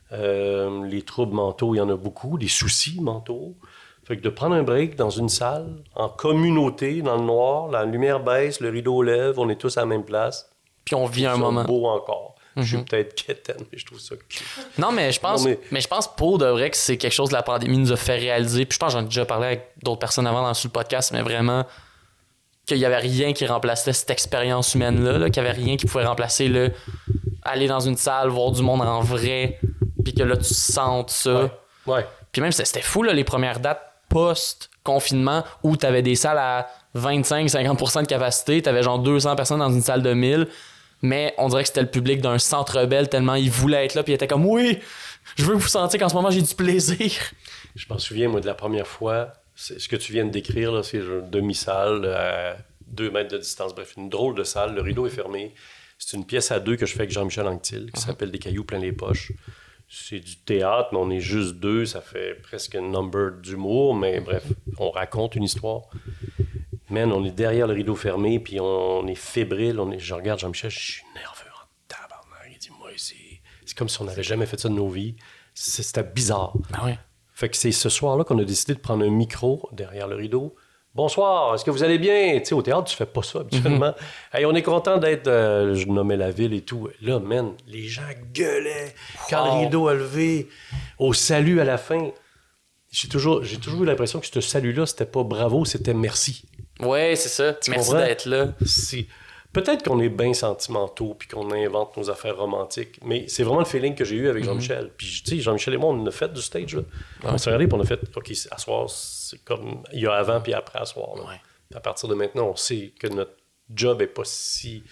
B: Les troubles mentaux, il y en a beaucoup. Les soucis mentaux. Fait que de prendre un break dans une salle, en communauté, dans le noir, la lumière baisse, le rideau lève, on est tous à la même place.
A: Puis on vit un
B: C'est
A: moment.
B: beau encore. Je suis peut-être quétaine, mais je trouve ça cute.
A: Non, mais je pense, mais je pense pour de vrai que c'est quelque chose que la pandémie nous a fait réaliser. Puis je pense que j'en ai déjà parlé avec d'autres personnes avant sur le podcast, mais vraiment qu'il n'y avait rien qui remplaçait cette expérience humaine-là, qu'il n'y avait rien qui pouvait remplacer le aller dans une salle, voir du monde en vrai, puis que là, tu sentes ça.
B: Ouais.
A: Puis même, c'était fou, là, les premières dates post-confinement où tu avais des salles à 25-50% de capacité, tu avais genre 200 personnes dans une salle de 1000, mais on dirait que c'était le public d'un Centre Bell tellement ils voulaient être là, puis ils étaient comme « Oui, je veux que vous sentiez qu'en ce moment, j'ai du plaisir. »
B: Je m'en souviens, moi, de la première fois, ce que tu viens de décrire, là, c'est une demi-salle à 2 mètres de distance. Bref, une drôle de salle, le rideau est fermé. C'est une pièce à 2 que je fais avec Jean-Michel Anctil, qui s'appelle « Des cailloux plein les poches ». C'est du théâtre, mais on est juste 2, ça fait presque un number d'humour, mais bref, on raconte une histoire. Man, on est derrière le rideau fermé, puis on est fébrile. Je regarde Jean-Michel, je suis nerveux en tabarnak. Il dit, moi, c'est comme si on n'avait jamais fait ça de nos vies. C'était bizarre.
A: Ben oui.
B: Fait que c'est ce soir-là qu'on a décidé de prendre un micro derrière le rideau. Bonsoir, est-ce que vous allez bien? Tu sais, au théâtre, tu fais pas ça habituellement. Hey, on est content d'être... je nommais la ville et tout. Là, man, les gens gueulaient quand le rideau a levé. Au salut à la fin. J'ai toujours eu l'impression que ce salut-là, c'était pas bravo, c'était merci.
A: Ouais, c'est ça. Merci d'être là.
B: Peut-être qu'on est bien sentimentaux puis qu'on invente nos affaires romantiques, mais c'est vraiment le feeling que j'ai eu avec Jean-Michel. Puis, tu sais, Jean-Michel et moi, on a fait du stage, là. On s'est regardé puis on a fait, OK, à soir, c'est comme il y a avant puis après à soir. Là.
A: Ouais.
B: À partir de maintenant, on sait que notre job est pas si...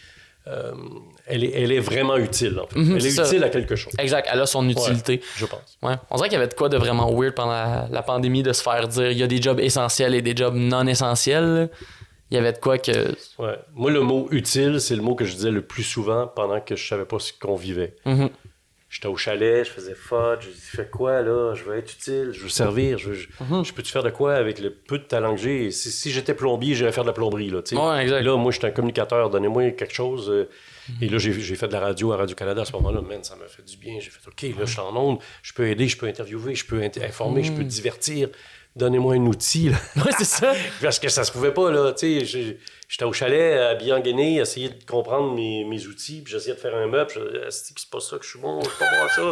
B: elle est vraiment utile, en fait. Elle est utile à quelque chose.
A: Exact, elle a son utilité.
B: Ouais, je pense.
A: Ouais. On dirait qu'il y avait de quoi de vraiment weird pendant la pandémie de se faire dire il y a des jobs essentiels et des jobs non essentiels. Il y avait de quoi que...
B: Ouais. Moi, le mot « utile », c'est le mot que je disais le plus souvent pendant que je savais pas ce qu'on vivait. J'étais au chalet, je faisais fudge, je dis « Fais quoi, là? Je veux être utile, je veux servir, je peux-tu faire de quoi avec le peu de talent que j'ai? Si j'étais plombier, j'irais faire de la plomberie, là, tu sais.
A: Ouais, exact.
B: Là, moi, j'étais un communicateur, donnez-moi quelque chose. Et là, j'ai fait de la radio à Radio-Canada à ce moment-là. Man, ça m'a fait du bien. J'ai fait « OK, là, je suis en onde, je peux aider, je peux interviewer, je peux informer, je peux divertir. » donnez-moi un outil. Là.
A: Ouais, c'est ça.
B: Parce que ça se pouvait pas, là. Tu sais, j'étais au chalet à Bian-Guinée, essayer de comprendre mes outils, puis j'essayais de faire un meuble. C'est pas ça que je suis bon, je suis pas bon à ça.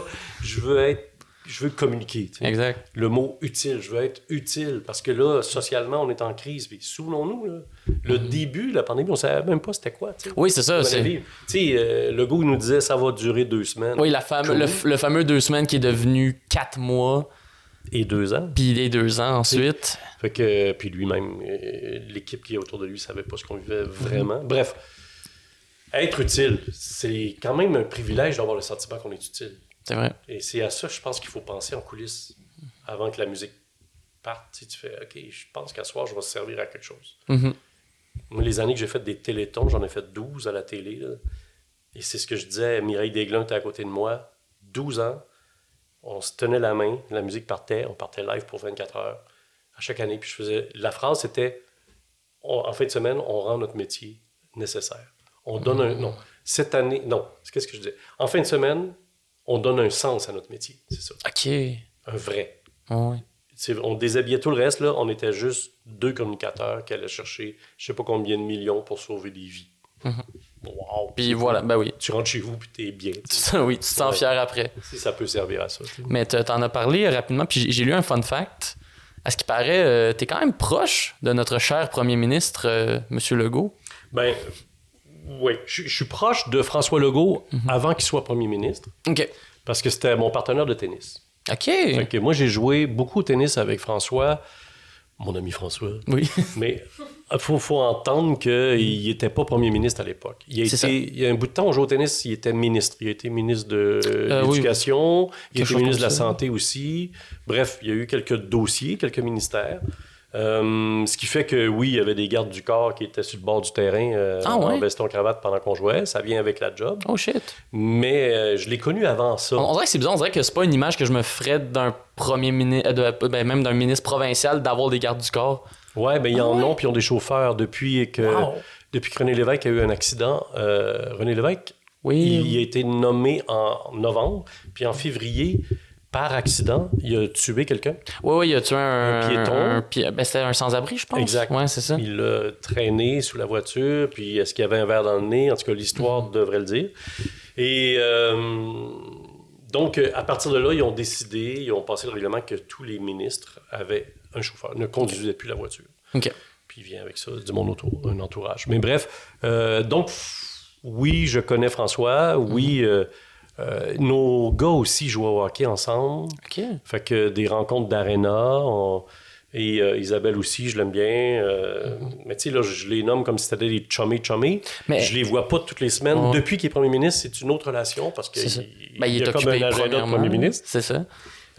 B: Je veux communiquer. Tu sais.
A: Exact.
B: Le mot utile, je veux être utile. Parce que là, socialement, on est en crise. Puis souvenons-nous, là, le début de la pandémie, on ne savait même pas c'était quoi. Tu sais.
A: Oui, c'est ça.
B: Tu sais, Legault nous disait ça va durer 2 semaines.
A: Oui, le fameux 2 semaines qui est devenu 4 mois.
B: Et 2 ans.
A: Puis les 2 ans ensuite.
B: Fait que, puis lui-même, l'équipe qui est autour de lui ne savait pas ce qu'on vivait vraiment. Bref, être utile, c'est quand même un privilège d'avoir le sentiment qu'on est utile.
A: C'est vrai.
B: Et c'est à ça, je pense qu'il faut penser en coulisses avant que la musique parte. Tu sais, tu fais, OK, je pense qu'à soir, je vais servir à quelque chose.
A: Mm-hmm.
B: Moi, les années que j'ai fait des télétons, j'en ai fait 12 à la télé. Là. Et c'est ce que je disais, Mireille Desglin était à côté de moi. 12 ans, on se tenait la main, la musique partait, on partait live pour 24 heures à chaque année. Puis je faisais, la phrase c'était, en fin de semaine, on rend notre métier nécessaire. On donne un, non, cette année, non, qu'est-ce que je disais? En fin de semaine, on donne un sens à notre métier, c'est ça.
A: OK.
B: Un vrai.
A: Oui.
B: On déshabillait tout le reste, là. On était juste 2 communicateurs qui allaient chercher je sais pas combien de millions pour sauver des vies.
A: Mm-hmm.
B: Wow.
A: Puis voilà, ben oui.
B: Tu rentres chez vous puis t'es bien.
A: Oui, tu te sens fier après.
B: Si ça peut servir à ça.
A: Mais t'en as parlé rapidement, puis j'ai lu un fun fact. À ce qui paraît, t'es quand même proche de notre cher premier ministre, M. Legault.
B: Ben, oui. Je suis proche de François Legault avant qu'il soit premier ministre.
A: OK.
B: Parce que c'était mon partenaire de tennis.
A: OK.
B: Fait que moi, j'ai joué beaucoup au tennis avec François, mon ami François.
A: Oui.
B: Mais il faut entendre qu'il n'était pas premier ministre à l'époque. Il y a un bout de temps, on jouait au tennis, il était ministre. Il a été ministre de l'Éducation, il était ministre de la Santé aussi. Bref, il y a eu quelques dossiers, quelques ministères. Ce qui fait que, oui, il y avait des gardes du corps qui étaient sur le bord du terrain en veston-cravate pendant qu'on jouait. Ça vient avec la job.
A: Oh shit.
B: Mais je l'ai connu avant ça.
A: On dirait que c'est bizarre. On dirait que c'est pas une image que je me ferais d'un premier ministre, même d'un ministre provincial, d'avoir des gardes du corps.
B: Ouais, ben ils en ont, puis ils ont des chauffeurs depuis que René Lévesque a eu un accident. René Lévesque, il a été nommé en novembre, puis en février, par accident, il a tué quelqu'un.
A: Oui, il a tué un
B: piéton.
A: C'était un sans-abri, je pense.
B: Exact.
A: Ouais, c'est ça.
B: Il l'a traîné sous la voiture, puis est-ce qu'il y avait un verre dans le nez? En tout cas, l'histoire devrait le dire. Et donc, à partir de là, ils ont passé le règlement que tous les ministres avaient un chauffeur, ne conduisaient plus la voiture.
A: OK.
B: Puis il vient avec ça, du monde autour, un entourage. Mais bref, donc, oui, je connais François, oui... nos gars aussi jouent au hockey ensemble.
A: OK.
B: Fait que des rencontres d'aréna. Et Isabelle aussi, je l'aime bien. Mais tu sais, là, je les nomme comme si c'était des chummy. Mais je les vois pas toutes les semaines. Depuis qu'il est premier ministre, c'est une autre relation parce qu'il
A: il est
B: a comme un agenda de premier ministre.
A: C'est ça.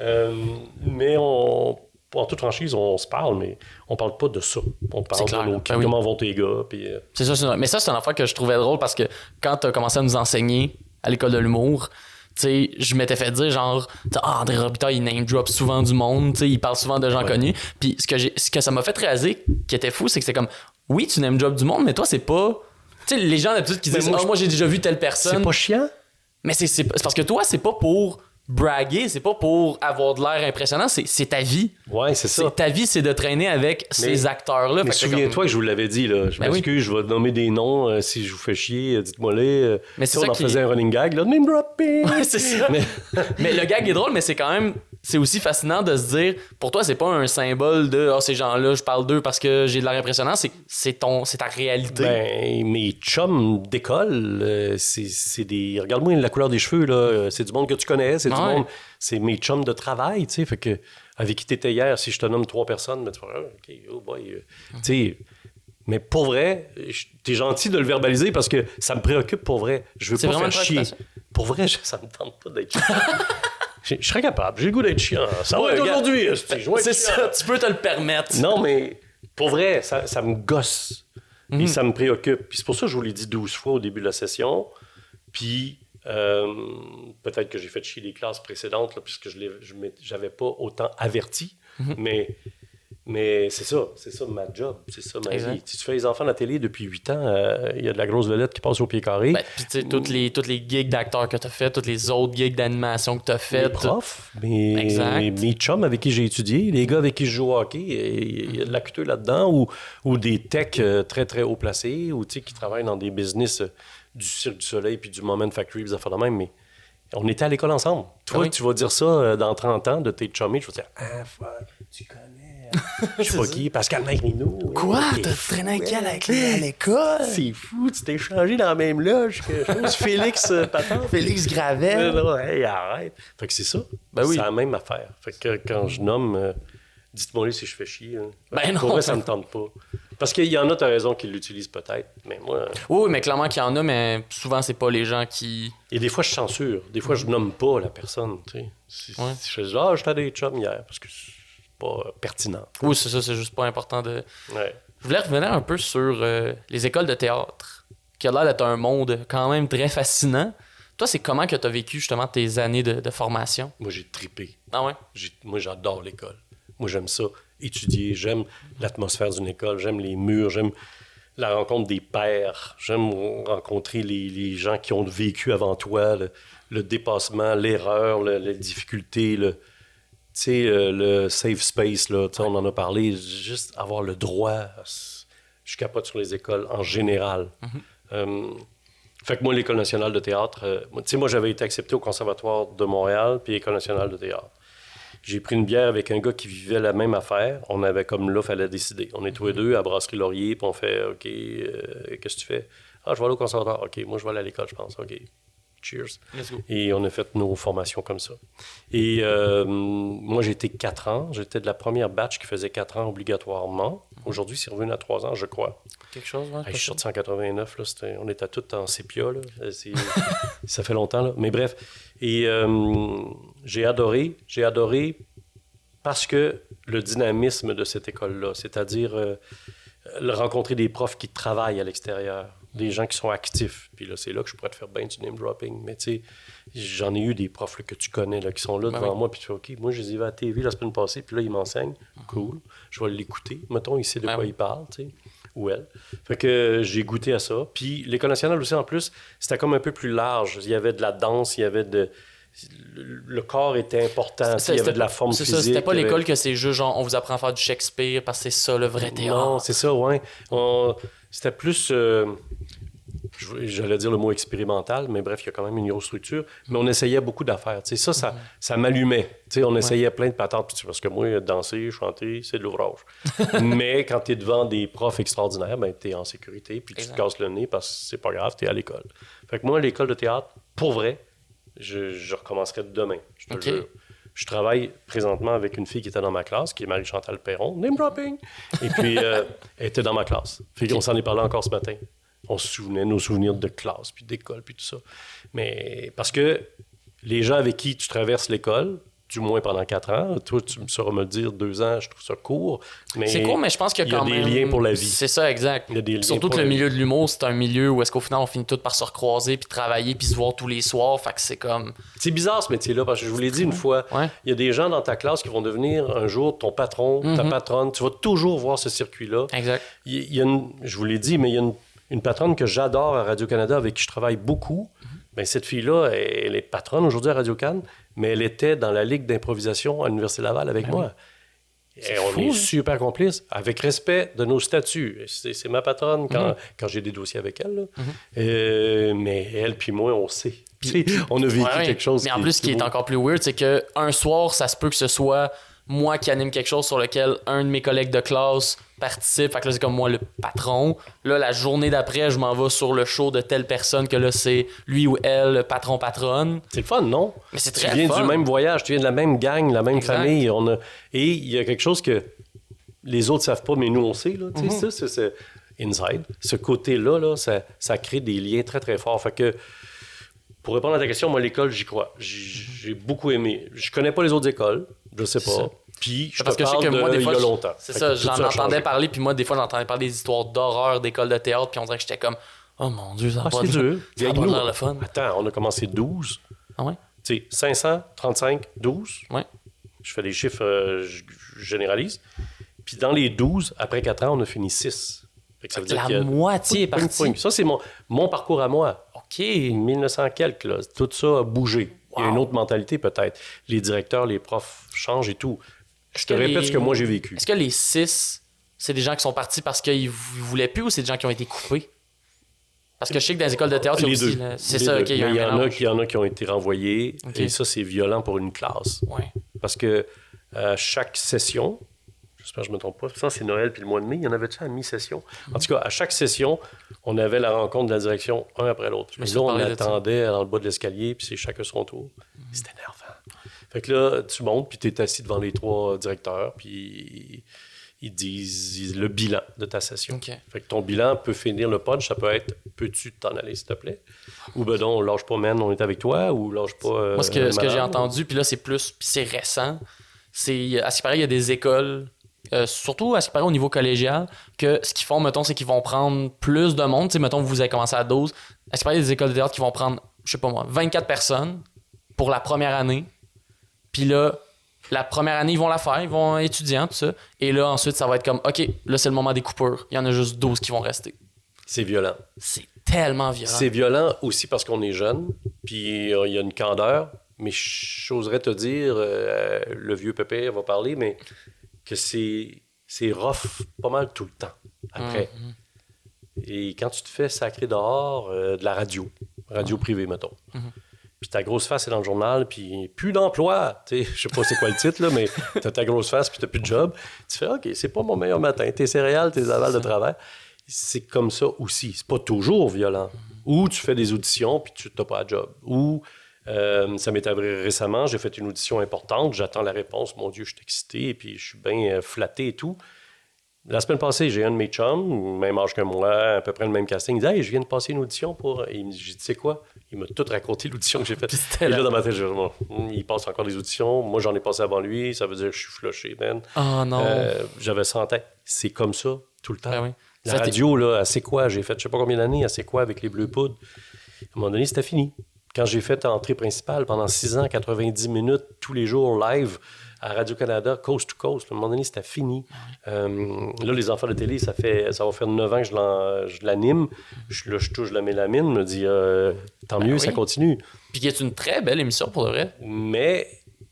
B: Mais en toute franchise, on se parle, mais on parle pas de ça. On parle de comment vont tes gars. Puis,
A: C'est ça. Mais ça, c'est une affaire que je trouvais drôle parce que quand tu as commencé à nous enseigner à l'école de l'humour, tu sais, je m'étais fait dire genre, André Robitaille, il name drop souvent du monde, tu sais, il parle souvent de gens connus. Puis ce que ça m'a fait réaliser qui était fou, c'est que c'est comme, oui, tu name drop du monde, mais toi, c'est pas. Tu sais, les gens d'habitude qui disent, moi j'ai déjà vu telle personne.
B: C'est pas chiant?
A: Mais c'est parce que toi, c'est pas pour braguer, c'est pas pour avoir de l'air impressionnant, c'est ta vie.
B: Ouais, c'est ça.
A: Ta vie, c'est de traîner avec ces acteurs-là.
B: Mais souviens-toi que je vous l'avais dit, là. Je m'excuse, je vais nommer des noms. Si je vous fais chier, dites-moi-les.
A: Mais c'est ça
B: on en faisait un running gag, là. Name dropping!
A: Ouais, c'est ça. Mais le gag est drôle, mais c'est quand même... C'est aussi fascinant de se dire, pour toi, c'est pas un symbole de ces gens-là, je parle d'eux parce que j'ai de l'air impressionnant, c'est ta réalité.
B: Ben, mes chums d'école, c'est des. Regarde-moi la couleur des cheveux, là. C'est du monde que tu connais, c'est du monde. C'est mes chums de travail, tu sais. Fait que, avec qui t'étais hier, si je te nomme 3 personnes, ben, tu vas OK, oh boy. Tu sais. Mais pour vrai, t'es gentil de le verbaliser parce que ça me préoccupe pour vrai. Je veux pas faire chier. Pour vrai, ça me tente pas d'être chiant. Je serais capable. J'ai le goût d'être chiant. Ça va être aujourd'hui.
A: C'est ça, tu peux te le permettre.
B: Non, mais pour vrai, ça me gosse. Et ça me préoccupe. Puis c'est pour ça que je vous l'ai dit 12 fois au début de la session. Puis peut-être que j'ai fait chier les classes précédentes là, puisque je n'avais pas autant averti. Mais Mais c'est ça ma job, c'est ça ma
A: Exact.
B: vie. Si tu fais les enfants à la télé depuis 8 ans, il y a de la grosse vedette qui passe au pied carré.
A: Ben, puis tu sais, toutes les gigs d'acteurs que t'as fait, toutes les autres gigs d'animation que t'as fait.
B: Mes profs, mes chums avec qui j'ai étudié, les gars avec qui je joue au hockey, il y a de la culture là-dedans, ou des techs très, très haut placés, ou qui travaillent dans des business du Cirque du Soleil puis du Moment Factory, des affaires de même, mais on était à l'école ensemble. Toi, tu vas dire ça dans 30 ans de tes chummies, je vais te dire « Ah, fuck, tu connais... » Je sais pas qui, Pascal Magrino.
A: Quoi? T'as traîné avec elle à l'école?
B: C'est fou, tu t'es changé dans la même loge que Félix Patent.
A: Félix Gravel.
B: Non, hey, arrête. Fait que c'est ça.
A: Ben oui.
B: C'est la même affaire. Fait que quand je nomme, dites-moi si je fais chier. Hein.
A: Ben non.
B: Pour vrai, ça me tente pas. Parce qu'il y en a, t'as raison, qui l'utilisent peut-être. Mais moi.
A: Oui, mais clairement qu'il y en a, mais souvent, c'est pas les gens qui.
B: Et des fois, je censure. Des fois, je nomme pas la personne. Tu sais. Si je dis, j'étais à des chums hier. Parce que pas pertinent.
A: Oui, c'est ça, c'est juste pas important de...
B: Ouais.
A: Je voulais revenir un peu sur les écoles de théâtre, qui a l'air d'être un monde quand même très fascinant. Toi, c'est comment que tu as vécu justement tes années de formation?
B: Moi, j'ai trippé.
A: Ah ouais?
B: Moi, j'adore l'école. Moi, j'aime ça, étudier. J'aime l'atmosphère d'une école. J'aime les murs. J'aime la rencontre des pairs. J'aime rencontrer les gens qui ont vécu avant toi, le dépassement, l'erreur, les difficultés, le safe space, là, on en a parlé, juste avoir le droit. Je capote sur les écoles en général. Fait que moi, l'École nationale de théâtre, moi, j'avais été accepté au Conservatoire de Montréal puis l'École nationale de théâtre. J'ai pris une bière avec un gars qui vivait la même affaire. On avait comme là, il fallait décider. On est tous les deux à Brasserie Laurier, puis on fait OK, qu'est-ce que tu fais? Ah, je vais aller au Conservatoire. OK, moi, je vais aller à l'école, je pense. OK. Cheers.
A: Let's go.
B: Et on a fait nos formations comme ça. Et moi, j'ai été 4 ans. J'étais de la première batch qui faisait 4 ans obligatoirement. Aujourd'hui, c'est revenu à 3 ans, je crois.
A: Quelque chose, ouais.
B: Je suis sorti en 89. Là, on était tous en sépia. Là. Ça fait longtemps. Là. Mais bref. Et j'ai adoré parce que le dynamisme de cette école-là, c'est-à-dire rencontrer des profs qui travaillent à l'extérieur, des gens qui sont actifs. Puis là, c'est là que je pourrais te faire bien du name dropping. Mais tu sais, j'en ai eu des profs là, que tu connais, là, qui sont là devant moi, puis tu fais OK, moi, je les ai vus à la TV la semaine passée, puis là, ils m'enseignent. Cool. Je vais l'écouter. Mettons, il sait de quoi il parle, tu sais, ou elle. Fait que j'ai goûté à ça. Puis l'École nationale aussi, en plus, c'était comme un peu plus large. Il y avait de la danse, il y avait de... Le corps était important, il y avait de la forme physique. C'est ça,
A: c'était pas l'école que c'est juste genre on vous apprend à faire du Shakespeare parce que c'est ça le vrai théâtre.
B: Non, c'est ça, ouais. C'était plus, j'allais dire le mot expérimental, mais bref, il y a quand même une grosse structure. Mais on essayait beaucoup d'affaires. Tu sais, ça m'allumait. Tu sais, on essayait plein de patentes. Parce que moi, danser, chanter, c'est de l'ouvrage. Mais quand tu es devant des profs extraordinaires, ben, tu es en sécurité, puis tu te casses le nez parce que c'est pas grave, tu es à l'école. Fait que moi, l'école de théâtre, pour vrai, je recommencerai demain, je te le jure. Je travaille présentement avec une fille qui était dans ma classe, qui est Marie-Chantal Perron, name dropping. Et puis, elle était dans ma classe. On s'en est parlé encore ce matin. On se souvenait, nos souvenirs de classe, puis d'école, puis tout ça. Mais parce que les gens avec qui tu traverses l'école, du moins pendant 4 ans, toi, tu me sauras me dire 2 ans, je trouve ça court. Mais
A: c'est court, mais je pense qu'il y a quand même...
B: Il y a des liens pour la vie.
A: C'est ça, exact.
B: Il y a des liens
A: surtout que le milieu de l'humour, c'est un milieu où est-ce qu'au final, on finit tous par se recroiser, puis travailler, puis se voir tous les soirs. Fait que c'est comme...
B: C'est bizarre ce métier-là, parce que je vous l'ai dit une fois, il y a des gens dans ta classe qui vont devenir un jour ton patron, ta patronne. Tu vas toujours voir ce circuit-là.
A: Exact.
B: Je vous l'ai dit, mais il y a une patronne que j'adore à Radio-Canada, avec qui je travaille beaucoup. Bien, cette fille-là, elle est patronne aujourd'hui à Radio-Can, mais elle était dans la ligue d'improvisation à l'Université Laval avec moi. Et on est super complices, avec respect de nos statuts. C'est ma patronne quand j'ai des dossiers avec elle. Là. Mais elle puis moi, on sait. On a vécu quelque chose.
A: Mais en plus, ce qui est encore plus weird, c'est qu'un soir, ça se peut que ce soit moi qui anime quelque chose sur lequel un de mes collègues de classe participe. Fait que là, c'est comme moi le patron. Là, la journée d'après, je m'en vais sur le show de telle personne que là, c'est lui ou elle, le patron-patronne.
B: C'est le fun, non?
A: Mais c'est très
B: Tu viens
A: fun.
B: du même voyage, tu viens de la même gang, la même famille. Et il y a quelque chose que les autres savent pas, mais nous, on sait. Là, ça, c'est inside. Ce côté-là, là, ça crée des liens très, très forts. Fait que, pour répondre à ta question, moi, l'école, j'y crois. J'ai beaucoup aimé. Je connais pas les autres écoles, je sais pas. Puis, je te parle il y a longtemps.
A: C'est ça, j'en entendais parler, puis moi, des fois, j'entendais parler des histoires d'horreur d'école de théâtre, puis on dirait que j'étais comme, oh mon Dieu, ça n'a pas
B: dur.
A: Ça a pas l'air le fun.
B: Attends, on a commencé 12.
A: Ah ouais?
B: Tu sais, 500, 35, 12.
A: Ouais.
B: Je fais des chiffres, je généralise. Puis dans les 12, après 4 ans, on a fini 6. Fait que ça veut dire
A: La moitié est partie.
B: Ça, c'est mon parcours à moi.
A: OK.
B: 1900 quelques, là. Tout ça a bougé. Il y a une autre mentalité, peut-être. Les directeurs, les profs changent et tout. Je te répète ce que moi, j'ai vécu.
A: Est-ce que les 6, c'est des gens qui sont partis parce qu'ils voulaient plus ou c'est des gens qui ont été coupés? Parce que je sais que dans les écoles de théâtre, il y a aussi... C'est ça, OK, il y a un mélange.
B: Il y en a qui ont été renvoyés.
A: OK.
B: Et ça, c'est violent pour une classe.
A: Ouais.
B: Parce que chaque session... J'espère que je ne me trompe pas. Ça, c'est Noël puis le mois de mai. Il y en avait-tu à mi-session? En tout cas, à chaque session, on avait la rencontre de la direction un après l'autre. Et là, on attendait dans le bas de l'escalier, puis c'est chacun son tour. C'était énervant. Fait que là, tu montes, puis tu es assis devant les 3 directeurs, puis ils disent le bilan de ta session.
A: Okay.
B: Fait que ton bilan peut finir le punch. Ça peut être « Peux-tu t'en aller, s'il te plaît? » Ou « Ben non, lâche pas, man, on est avec toi. » Ou « Lâche pas,
A: moi, ce que j'ai entendu, puis là, c'est plus... Puis c'est récent. C'est... À ce qui paraît, il y a des écoles... surtout à ce qui paraît au niveau collégial, que ce qu'ils font, mettons, c'est qu'ils vont prendre plus de monde. Tu sais, mettons, vous avez commencé à 12. À ce qui paraît, il y a des écoles de théâtre qui vont prendre, je sais pas moi, 24 personnes pour la première année. Puis là, la première année, ils vont la faire, ils vont étudiants, tout ça. Et là, ensuite, ça va être comme, OK, là, c'est le moment des coupures. Il y en a juste 12 qui vont rester.
B: C'est violent.
A: C'est tellement violent.
B: C'est violent aussi parce qu'on est jeune, puis il y a une candeur. Mais j'oserais te dire, le vieux pépère va parler, mais... que c'est rough pas mal tout le temps après. Et quand tu te fais sacrer dehors de la radio privée, mettons, puis ta grosse face est dans le journal, puis plus d'emploi, tu sais, je sais pas c'est quoi le titre, là, mais t'as ta grosse face, puis t'as plus de job, tu fais « OK, c'est pas mon meilleur matin, tes céréales, tes avals de travail. » C'est comme ça aussi. C'est pas toujours violent. Ou tu fais des auditions, puis tu n'as pas de job. Ou... ça m'est arrivé récemment, j'ai fait une audition importante, j'attends la réponse, mon Dieu, je suis excité, et puis je suis bien flatté et tout. La semaine passée, j'ai un de mes chums, même âge que moi, à peu près le même casting, il dit « Hey, je viens de passer une audition pour... » Et j'ai dit « Tu sais quoi? » Il m'a tout raconté l'audition que j'ai faite. Et là, dans ma tête, je dis « Il passe encore des auditions, moi j'en ai passé avant lui, ça veut dire que je suis flushé, man. »
A: Oh non!
B: J'avais ça en tête. C'est comme ça, tout le temps.
A: Ben oui.
B: La radio, là, elle sait quoi? J'ai fait je sais pas combien d'années, elle sait quoi avec les Bleus Poudres. À un moment donné, c'était fini. Quand j'ai fait entrée principale pendant 6 ans, 90 minutes, tous les jours, live, à Radio-Canada, coast to coast, à un moment donné, c'était fini. Là, les enfants de télé, ça va faire 9 ans que je l'anime. Je touche la mélamine, me dit tant mieux, ça continue.
A: Puis qui est une très belle émission, pour de vrai.
B: Mais,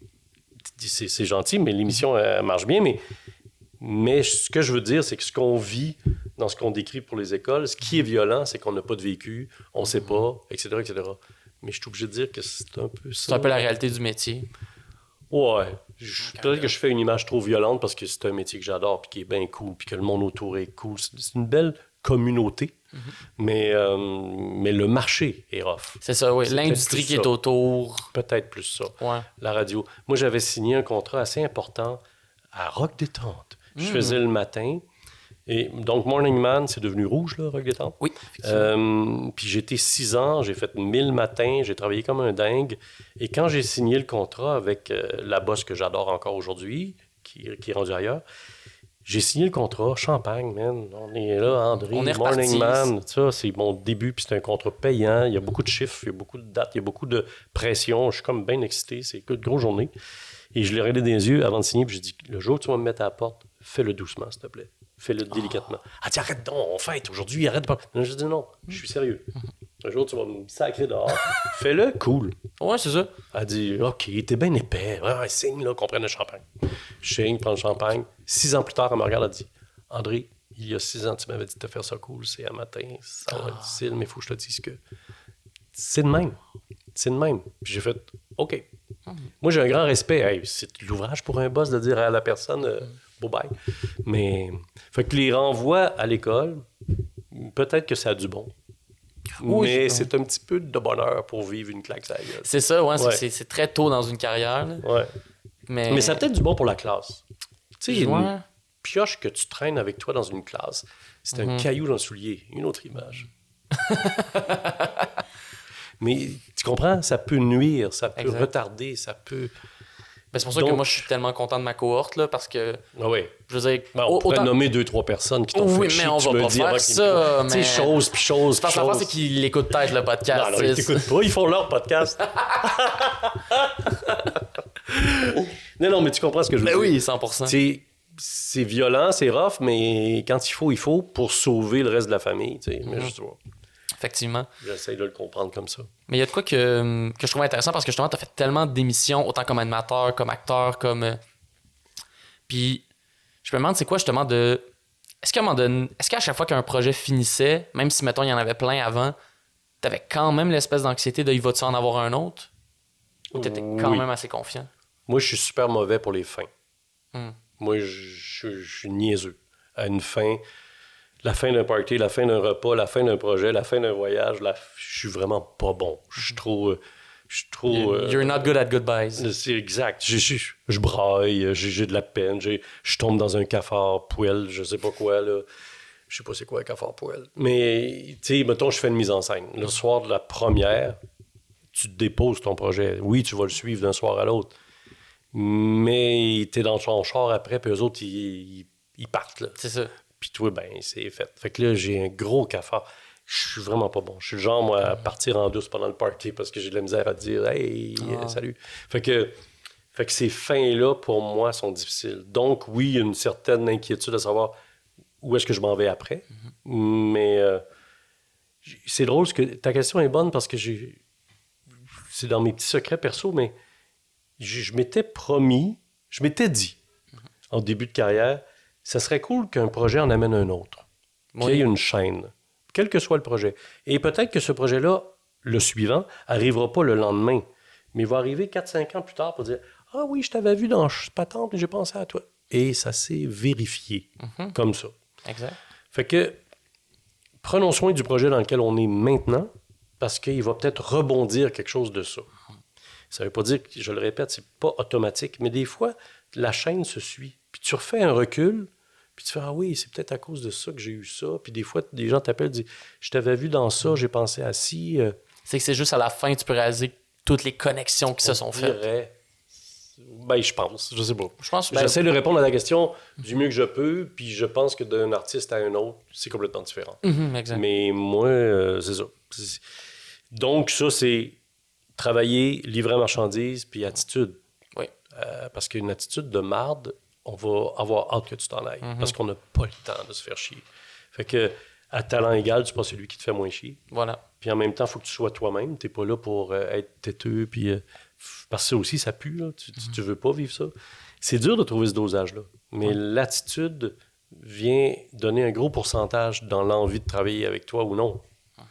B: c'est gentil, mais l'émission elle marche bien, mais ce que je veux dire, c'est que ce qu'on vit dans ce qu'on décrit pour les écoles, ce qui est violent, c'est qu'on n'a pas de vécu, on ne sait pas, etc., etc. Mais je suis obligé de dire que c'est un peu ça.
A: C'est un peu la réalité du métier.
B: Ouais. Peut-être que je fais une image trop violente parce que c'est un métier que j'adore puis qui est bien cool puis que le monde autour est cool. C'est une belle communauté, mais le marché est rough.
A: C'est ça, oui. L'industrie qui est autour.
B: Peut-être plus ça.
A: Ouais.
B: La radio. Moi, j'avais signé un contrat assez important à Rock Détente. Je faisais le matin. Et donc, Morning Man, c'est devenu rouge, là, Rock Détente.
A: Oui.
B: Puis j'étais 6 ans, j'ai fait 1000 matins, j'ai travaillé comme un dingue. Et quand j'ai signé le contrat avec la boss que j'adore encore aujourd'hui, qui est rendue ailleurs, j'ai signé le contrat, Champagne, man. On est là, André,
A: on est
B: Morning Man. Ça, c'est mon début, puis c'est un contrat payant. Il y a beaucoup de chiffres, il y a beaucoup de dates, il y a beaucoup de pression. Je suis comme bien excité, c'est une grosse journée. Et je l'ai regardé dans les yeux avant de signer, puis j'ai dit, le jour où tu vas me mettre à la porte, fais-le doucement, s'il te plaît. Fais-le délicatement. Elle dit, arrête donc, on fête aujourd'hui, arrête pas. Je dis, non, je suis sérieux. Un jour, tu vas me sacrer dehors. Fais-le cool.
A: Ouais, c'est ça.
B: Elle dit, OK, t'es bien épais. Ouais, signe, là, qu'on prenne le champagne. Je signe, prends le champagne. 6 ans plus tard, elle me regarde, elle dit, André, il y a 6 ans, tu m'avais dit de te faire ça cool. C'est un matin, ça va être difficile, mais il faut que je te dise que c'est de même. C'est de même. Puis j'ai fait, OK. Moi, j'ai un grand respect. Hey, c'est l'ouvrage pour un boss de dire à la personne, beau bye. Mais, fait que les renvois à l'école, peut-être que ça a du bon. Oui, mais c'est un petit peu de bonheur pour vivre une claque à la gueule.
A: C'est ça, ouais. C'est très tôt dans une carrière. Là.
B: Ouais. Mais ça a peut-être du bon pour la classe. Tu sais, une pioche que tu traînes avec toi dans une classe, c'est un caillou dans le soulier. Une autre image. Mais tu comprends? Ça peut nuire, ça peut retarder, ça peut...
A: Ben, c'est pour ça que moi, je suis tellement content de ma cohorte, là, parce que...
B: Ah oui.
A: Je veux dire...
B: on pourrait nommer 2-3 personnes qui t'ont fait chier.
A: Oui, mais on va pas faire ça, mais...
B: Tu sais, chose, puis chose,
A: puis chose. Parce que c'est qu'ils l'écoutent peut-être, le podcast.
B: Non, ils t'écoutent pas, ils font leur podcast. Non, mais tu comprends ce que je veux dire.
A: Oui, 100%.
B: Tu sais, c'est violent, c'est rough, mais quand il faut pour sauver le reste de la famille, tu sais. Mais je sais pas.
A: Effectivement.
B: J'essaie de le comprendre comme ça.
A: Mais il y a de quoi que je trouve intéressant parce que justement, tu as fait tellement d'émissions, autant comme animateur, comme acteur, comme. Puis, je me demande, c'est quoi justement de. Est-ce qu'à chaque fois qu'un projet finissait, même si, mettons, il y en avait plein avant, t'avais quand même l'espèce d'anxiété de il va-tu en avoir un autre? Ou t'étais quand même assez confiant?
B: Moi, je suis super mauvais pour les fins.
A: Hmm.
B: Moi, je suis niaiseux. À une fin, la fin d'un party, la fin d'un repas, la fin d'un projet, la fin d'un voyage, je suis vraiment pas bon. Je suis trop...
A: You're not good at goodbyes.
B: C'est exact. Je braille, j'ai de la peine, je tombe dans un cafard poêle, je sais pas quoi, là. Je sais pas c'est quoi un cafard poêle. Mais, tu sais, mettons, je fais une mise en scène. Le soir de la première, tu déposes ton projet. Oui, tu vas le suivre d'un soir à l'autre. Mais t'es dans ton char après, puis eux autres, ils partent, là.
A: C'est ça.
B: Puis toi, ben, c'est fait. Fait que là, j'ai un gros cafard. Je suis vraiment pas bon. Je suis le genre, moi, à partir en douce pendant le party parce que j'ai de la misère à dire « Hey, salut ». Fait que ces fins-là, pour moi, sont difficiles. Donc, oui, il y a une certaine inquiétude à savoir où est-ce que je m'en vais après. Mais c'est drôle, parce que ta question est bonne parce que c'est dans mes petits secrets perso, mais je m'étais promis, je m'étais dit, en début de carrière, ça serait cool qu'un projet en amène un autre. Qu'il y ait une chaîne, quel que soit le projet. Et peut-être que ce projet-là, le suivant, n'arrivera pas le lendemain, mais il va arriver 4-5 ans plus tard pour dire « Ah oui, je t'avais vu dans Patente et j'ai pensé à toi. » Et ça s'est vérifié comme ça.
A: Exact.
B: Fait que prenons soin du projet dans lequel on est maintenant parce qu'il va peut-être rebondir quelque chose de ça. Ça ne veut pas dire que, je le répète, c'est pas automatique, mais des fois, la chaîne se suit. Puis tu refais un recul, puis tu fais « Ah oui, c'est peut-être à cause de ça que j'ai eu ça. » Puis des fois, des gens t'appellent et disent « Je t'avais vu dans ça, j'ai pensé à ci. »
A: C'est que c'est juste à la fin, tu peux réaliser toutes les connexions qui se sont faites.
B: Ben, je pense. Je sais pas.
A: J'essaie
B: de répondre à la question du mieux que je peux, puis je pense que d'un artiste à un autre, c'est complètement différent.
A: Exact.
B: Mais moi, c'est ça. Donc, ça, c'est travailler, livrer marchandise, puis attitude.
A: Oui.
B: Parce qu'une attitude de marde, on va avoir hâte que tu t'en ailles. Parce qu'on n'a pas le temps de se faire chier. Fait que, à talent égal, tu pas celui qui te fait moins chier.
A: Voilà.
B: Puis en même temps, il faut que tu sois toi-même. Tu n'es pas là pour être têteux, puis... parce que ça aussi, ça pue, là. Tu veux pas vivre ça. C'est dur de trouver ce dosage-là. Mais l'attitude vient donner un gros pourcentage dans l'envie de travailler avec toi ou non.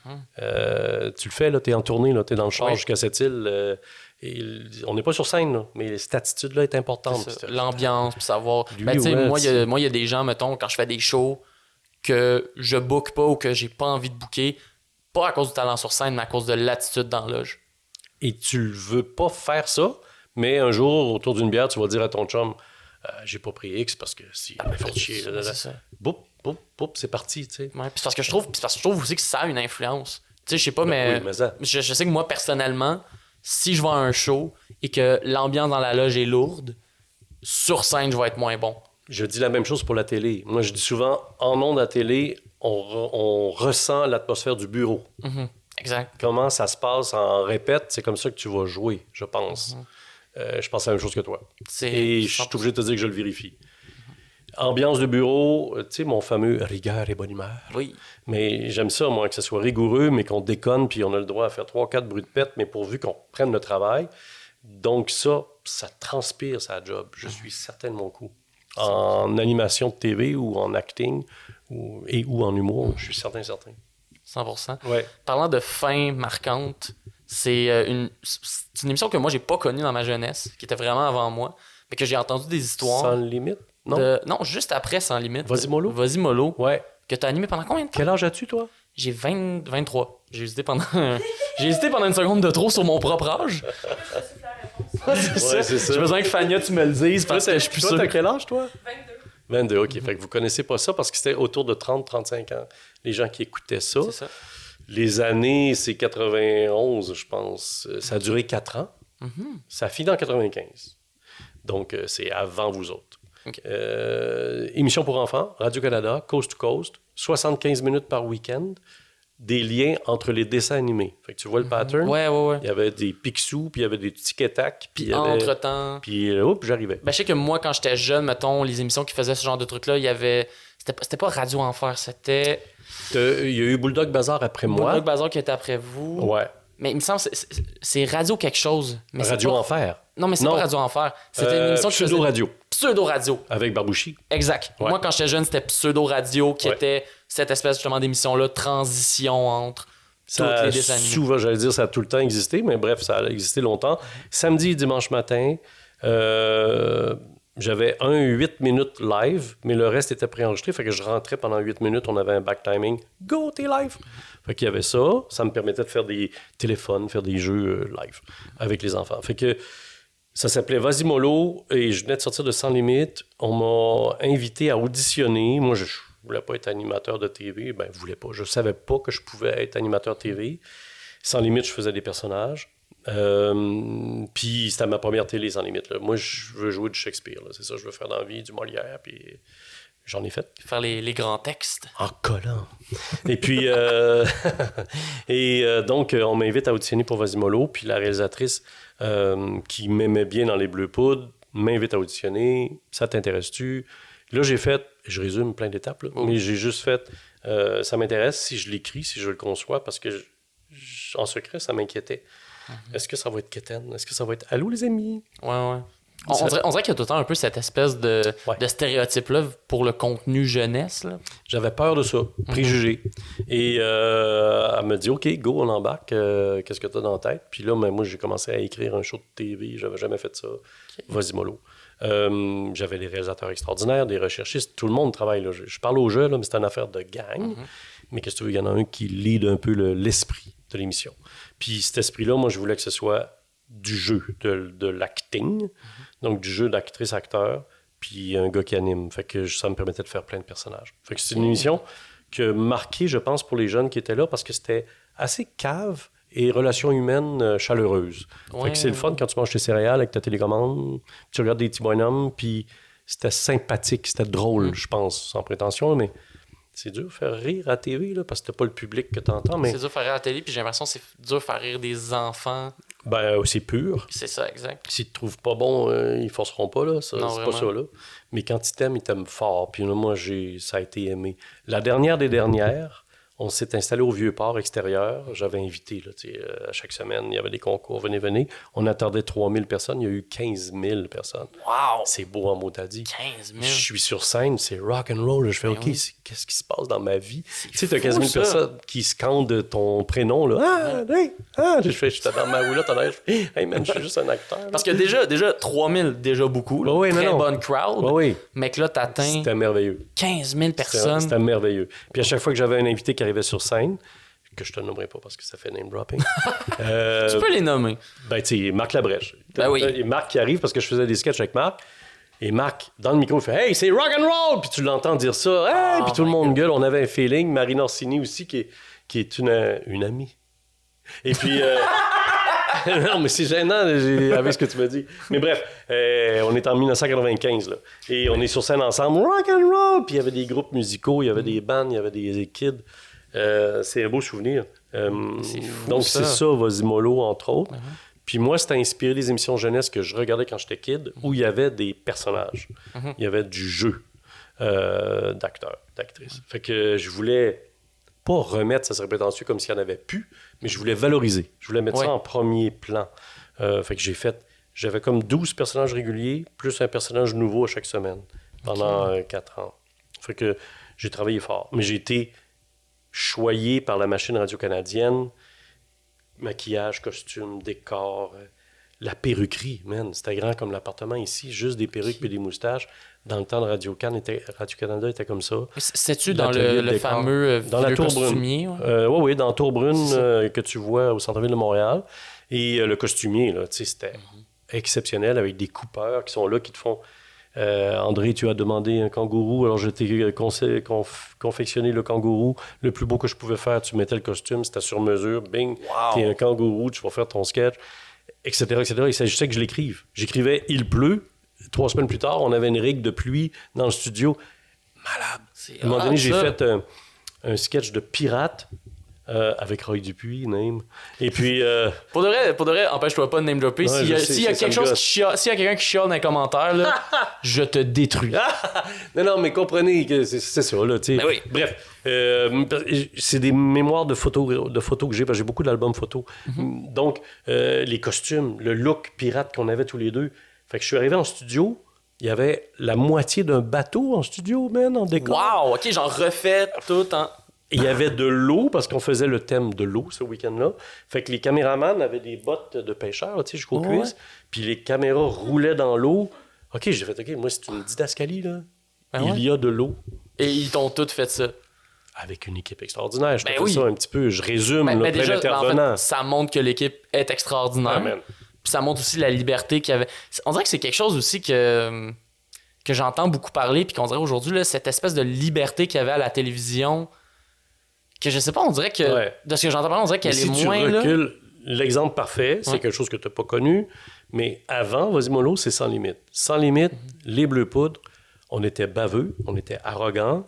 B: Tu le fais, là, tu es en tournée, tu es dans le char jusqu'à cette île. On n'est pas sur scène, là, mais cette attitude-là est importante.
A: C'est l'ambiance, puis savoir... moi, il y a des gens, mettons, quand je fais des shows, que je book pas ou que j'ai pas envie de booker, pas à cause du talent sur scène, mais à cause de l'attitude dans la loge.
B: Et tu veux pas faire ça, mais un jour, autour d'une bière, tu vas dire à ton chum j'ai pas pris X parce que si il m'a fait chier.
A: C'est ça.
B: Boum, boum, boum, c'est parti, tu sais.
A: Ouais, puis parce que je trouve aussi que ça a une influence. Tu sais, je sais pas, mais,
B: oui, mais ça.
A: Je sais que moi, personnellement, si je vais à un show et que l'ambiance dans la loge est lourde, sur scène, je vais être moins bon.
B: Je dis la même chose pour la télé. Moi, je dis souvent, en ondes à télé, on ressent l'atmosphère du bureau.
A: Exact.
B: Comment ça se passe en répète, c'est comme ça que tu vas jouer, je pense. Je pense à la même chose que toi. Et je suis obligé de te dire que je le vérifie. Ambiance de bureau, tu sais, mon fameux rigueur et bonne humeur.
A: Oui.
B: Mais j'aime ça, moi, que ce soit rigoureux, mais qu'on déconne, puis on a le droit à faire 3-4 bruits de pète, mais pourvu qu'on prenne le travail. Donc ça transpire sa job. Je suis certain de mon coup. En animation de TV ou en acting ou en humour, je suis certain.
A: 100%.
B: Ouais.
A: Parlant de fin marquante, c'est une émission que moi, j'ai pas connue dans ma jeunesse, qui était vraiment avant moi, mais que j'ai entendu des histoires...
B: Sans limite? Non?
A: Non, juste après Sans limite.
B: Vas-y mollo?
A: Vas-y mollo.
B: Ouais.
A: Que t'as animé pendant combien de temps?
B: Quel âge as-tu, toi?
A: J'ai 23. J'ai hésité pendant une seconde de trop sur mon propre âge. c'est ça. J'ai besoin que Fania, tu me le dises parce que je suis plus sûr.
B: Toi, t'as quel âge, toi?
C: 22.
B: 22, OK. Fait que vous connaissez pas ça parce que c'était autour de 30-35 ans. Les gens qui écoutaient ça.
A: C'est ça.
B: Les années, c'est 91, je pense. Ça a duré 4 ans. Ça finit en 95. Donc, c'est avant vous autres.
A: Okay.
B: Émission pour enfants, Radio-Canada, Coast to Coast, 75 minutes par week-end, des liens entre les dessins animés. Fait que tu vois le pattern.
A: Ouais.
B: Il y avait des Picsou, puis il y avait des Tic et Tac.
A: Puis entre-temps...
B: Puis j'arrivais.
A: Ben, je sais que moi, quand j'étais jeune, mettons, les émissions qui faisaient ce genre de trucs-là, il y avait... C'était pas Radio Enfer, c'était...
B: Il y a eu Bulldog Bazar après moi.
A: Bulldog Bazar qui était après vous.
B: Ouais.
A: Mais il me semble que c'est Radio quelque chose. Mais
B: Radio
A: pas...
B: Enfer.
A: Non, mais c'est pas Radio Enfer. C'était une émission
B: Pseudo Radio.
A: Pseudo Radio.
B: Avec Barbouchi.
A: Exact.
B: Ouais.
A: Moi, quand j'étais jeune, c'était Pseudo Radio qui était cette espèce justement d'émission-là, transition entre toutes les dessins animés.
B: Souvent, j'allais dire, ça a tout le temps existé, mais bref, ça a existé longtemps. Samedi et dimanche matin, j'avais 8 minutes live, mais le reste était préenregistré. Fait que je rentrais pendant 8 minutes, on avait un back timing. Go, t'es live! Fait qu'il y avait ça. Ça me permettait de faire des téléphones, faire des jeux live avec les enfants. Fait que ça s'appelait Vas-y Mollo et je venais de sortir de Sans Limites. On m'a invité à auditionner. Moi, je voulais pas être animateur de TV. Ben, je voulais pas. Je savais pas que je pouvais être animateur TV. Sans Limites, je faisais des personnages. Puis c'était ma première télé Sans Limites. Là. Moi, je veux jouer du Shakespeare. Là. C'est ça que je veux faire dans la vie, du Molière. Puis j'en ai fait.
A: Faire les grands textes.
B: En collant. Et puis, donc, on m'invite à auditionner pour Vas-y Mollo. Puis la réalisatrice qui m'aimait bien dans les Bleus Poudres m'invite à auditionner. Ça t'intéresse-tu? Là, j'ai fait, je résume plein d'étapes, là, mais j'ai juste fait, ça m'intéresse si je l'écris, si je le conçois, parce que en secret, ça m'inquiétait. Est-ce que ça va être quétaine? Est-ce que ça va être allô, les amis?
A: Ouais. On dirait qu'il y a tout le temps un peu cette espèce de stéréotype-là pour le contenu jeunesse. Là.
B: J'avais peur de ça, préjugé. Et elle me dit, OK, go, on embarque. Qu'est-ce que tu as dans la tête? Puis là, moi, j'ai commencé à écrire un show de TV. J'avais jamais fait ça. Okay. Vas-y, mollo. J'avais des réalisateurs extraordinaires, des recherchistes. Tout le monde travaille là. Je parle au jeu, là, mais c'est une affaire de gang. Mais qu'est-ce que tu veux? Il y en a un qui lead un peu l'esprit de l'émission. Puis cet esprit-là, moi, je voulais que ce soit du jeu, de l'acting, donc du jeu d'actrice-acteur, puis un gars qui anime. Fait que ça me permettait de faire plein de personnages. Fait que c'est une émission qui a marqué, je pense, pour les jeunes qui étaient là, parce que c'était assez cave et relations humaines chaleureuses. Fait que c'est le fun quand tu manges tes céréales avec ta télécommande, tu regardes des petits bonhommes, puis c'était sympathique, c'était drôle, je pense, sans prétention, mais c'est dur de faire rire à la TV, là, parce que t'as pas le public que t'entends. Mais...
A: C'est dur de faire rire à la télé, puis j'ai l'impression que c'est dur de faire rire des enfants.
B: Ben, c'est pur.
A: C'est ça, exact.
B: S'ils te trouvent pas bon, ils forceront pas, là. Ça,
A: non,
B: c'est
A: vraiment.
B: pas ça, là. Mais quand ils t'aiment fort. Puis là, moi, ça a été aimé. La dernière des dernières, on s'est installé au Vieux-Port extérieur. J'avais invité, là, à chaque semaine, il y avait des concours, venez. On attendait 3000 personnes, il y a eu 15 000 personnes.
A: Wow!
B: C'est beau en mot, t'as dit.
A: 15 000?
B: Je suis sur scène, c'est rock and roll. Je fais, OK, qu'est-ce qui se passe dans ma vie? Tu sais, t'as 15 000 personnes qui scandent ton prénom, là. Je suis dans ma roulotte, hey man, je suis juste un acteur. Là.
A: Parce que déjà 3000, déjà beaucoup. Là, très bonne crowd. Mais que là, t'atteins...
B: C'était merveilleux.
A: 15 000 personnes.
B: C'était merveilleux. Puis à chaque fois que j'avais un invité qui arrivait sur scène, que je te nommerai pas parce que ça fait name dropping.
A: Tu peux les nommer.
B: Ben, tu sais, Marc Labrèche.
A: Ben oui.
B: Et Marc qui arrive parce que je faisais des sketchs avec Marc. Et Marc, dans le micro, il fait « Hey, c'est rock and roll! » Puis tu l'entends dire ça. Hey! Puis tout le monde gueule. On avait un feeling. Marie Orsini aussi, qui est une amie. Et puis... non, mais c'est gênant avec ce que tu m'as dit. Mais bref, on est en 1995, là. Et on est sur scène ensemble, rock and roll! Puis il y avait des groupes musicaux, il y avait des bands, il y avait des kids. C'est un beau souvenir.
A: C'est fou,
B: donc,
A: ça.
B: c'est ça, Vas-y Mollo, entre autres. Puis moi, c'était inspiré des émissions jeunesse que je regardais quand j'étais kid, où il y avait des personnages. Il y avait du jeu d'acteurs, d'actrices. Fait que je voulais pas remettre, ça serait prétentieux comme s'il y en avait plus, mais je voulais valoriser. Je voulais mettre ça en premier plan. Fait que j'avais comme 12 personnages réguliers, plus un personnage nouveau à chaque semaine, pendant 4 ans. Fait que j'ai travaillé fort. Mais j'ai été choyé par la machine radio-canadienne. Maquillage, costume, décor, la perruquerie, man. C'était grand comme l'appartement ici, juste des perruques et des moustaches. Dans le temps de Radio-Canada était comme ça.
A: C'est-tu dans le fameux
B: dans la Tour
A: costumier?
B: Oui, dans la Tour Brune que tu vois au centre-ville de Montréal. Et le costumier, là, tu sais, c'était exceptionnel avec des coupeurs qui sont là, qui te font... André, tu as demandé un kangourou, alors je t'ai confectionné le kangourou le plus beau que je pouvais faire. Tu mettais le costume, c'était sur mesure, bing, t'es un kangourou, tu vas faire ton sketch, etc., etc. Il s'agissait que je l'écrive. J'écrivais « Il pleut ». 3 semaines plus tard, on avait une rigue de pluie dans le studio. Malade. À un moment donné, j'ai fait un sketch de pirate avec Roy Dupuis, name. Et puis...
A: Pour de vrai, empêche-toi pas de name dropper.
B: Ouais,
A: s'il y a quelqu'un qui chiale dans les commentaires, là, je te détruis.
B: non, mais comprenez que c'est ça, là, tu sais.
A: Ben oui.
B: Bref, c'est des mémoires de photos que j'ai, parce que j'ai beaucoup d'albums photos. Donc, les costumes, le look pirate qu'on avait tous les deux. Fait que je suis arrivé en studio, il y avait la moitié d'un bateau en studio, man, en décor.
A: Wow, OK, genre refait tout en...
B: Il y avait de l'eau, parce qu'on faisait le thème de l'eau ce week-end-là. Fait que les caméramans avaient des bottes de pêcheurs, tu sais, jusqu'aux cuisses. Puis les caméras roulaient dans l'eau. OK, j'ai fait, OK, moi, c'est une didascalie, là. Il y a de l'eau.
A: Et ils t'ont tous fait ça.
B: Avec une équipe extraordinaire. Je te fais
A: oui.
B: ça un petit peu. Je résume,
A: Mais
B: plein
A: déjà,
B: d'intervenants.
A: en fait, ça montre que l'équipe est extraordinaire.
B: Amen.
A: Puis ça montre aussi la liberté qu'il y avait. On dirait que c'est quelque chose aussi que j'entends beaucoup parler, puis qu'on dirait aujourd'hui, là, cette espèce de liberté qu'il y avait à la télévision, que je sais pas, on dirait que, de ce que j'entends parler, on dirait qu'elle est moins
B: là. Si tu recules,
A: là...
B: l'exemple parfait, c'est quelque chose que tu n'as pas connu, mais avant, vas-y mollo, c'est Sans Limite. Sans Limite, les Bleus Poudres, on était baveux, on était arrogants,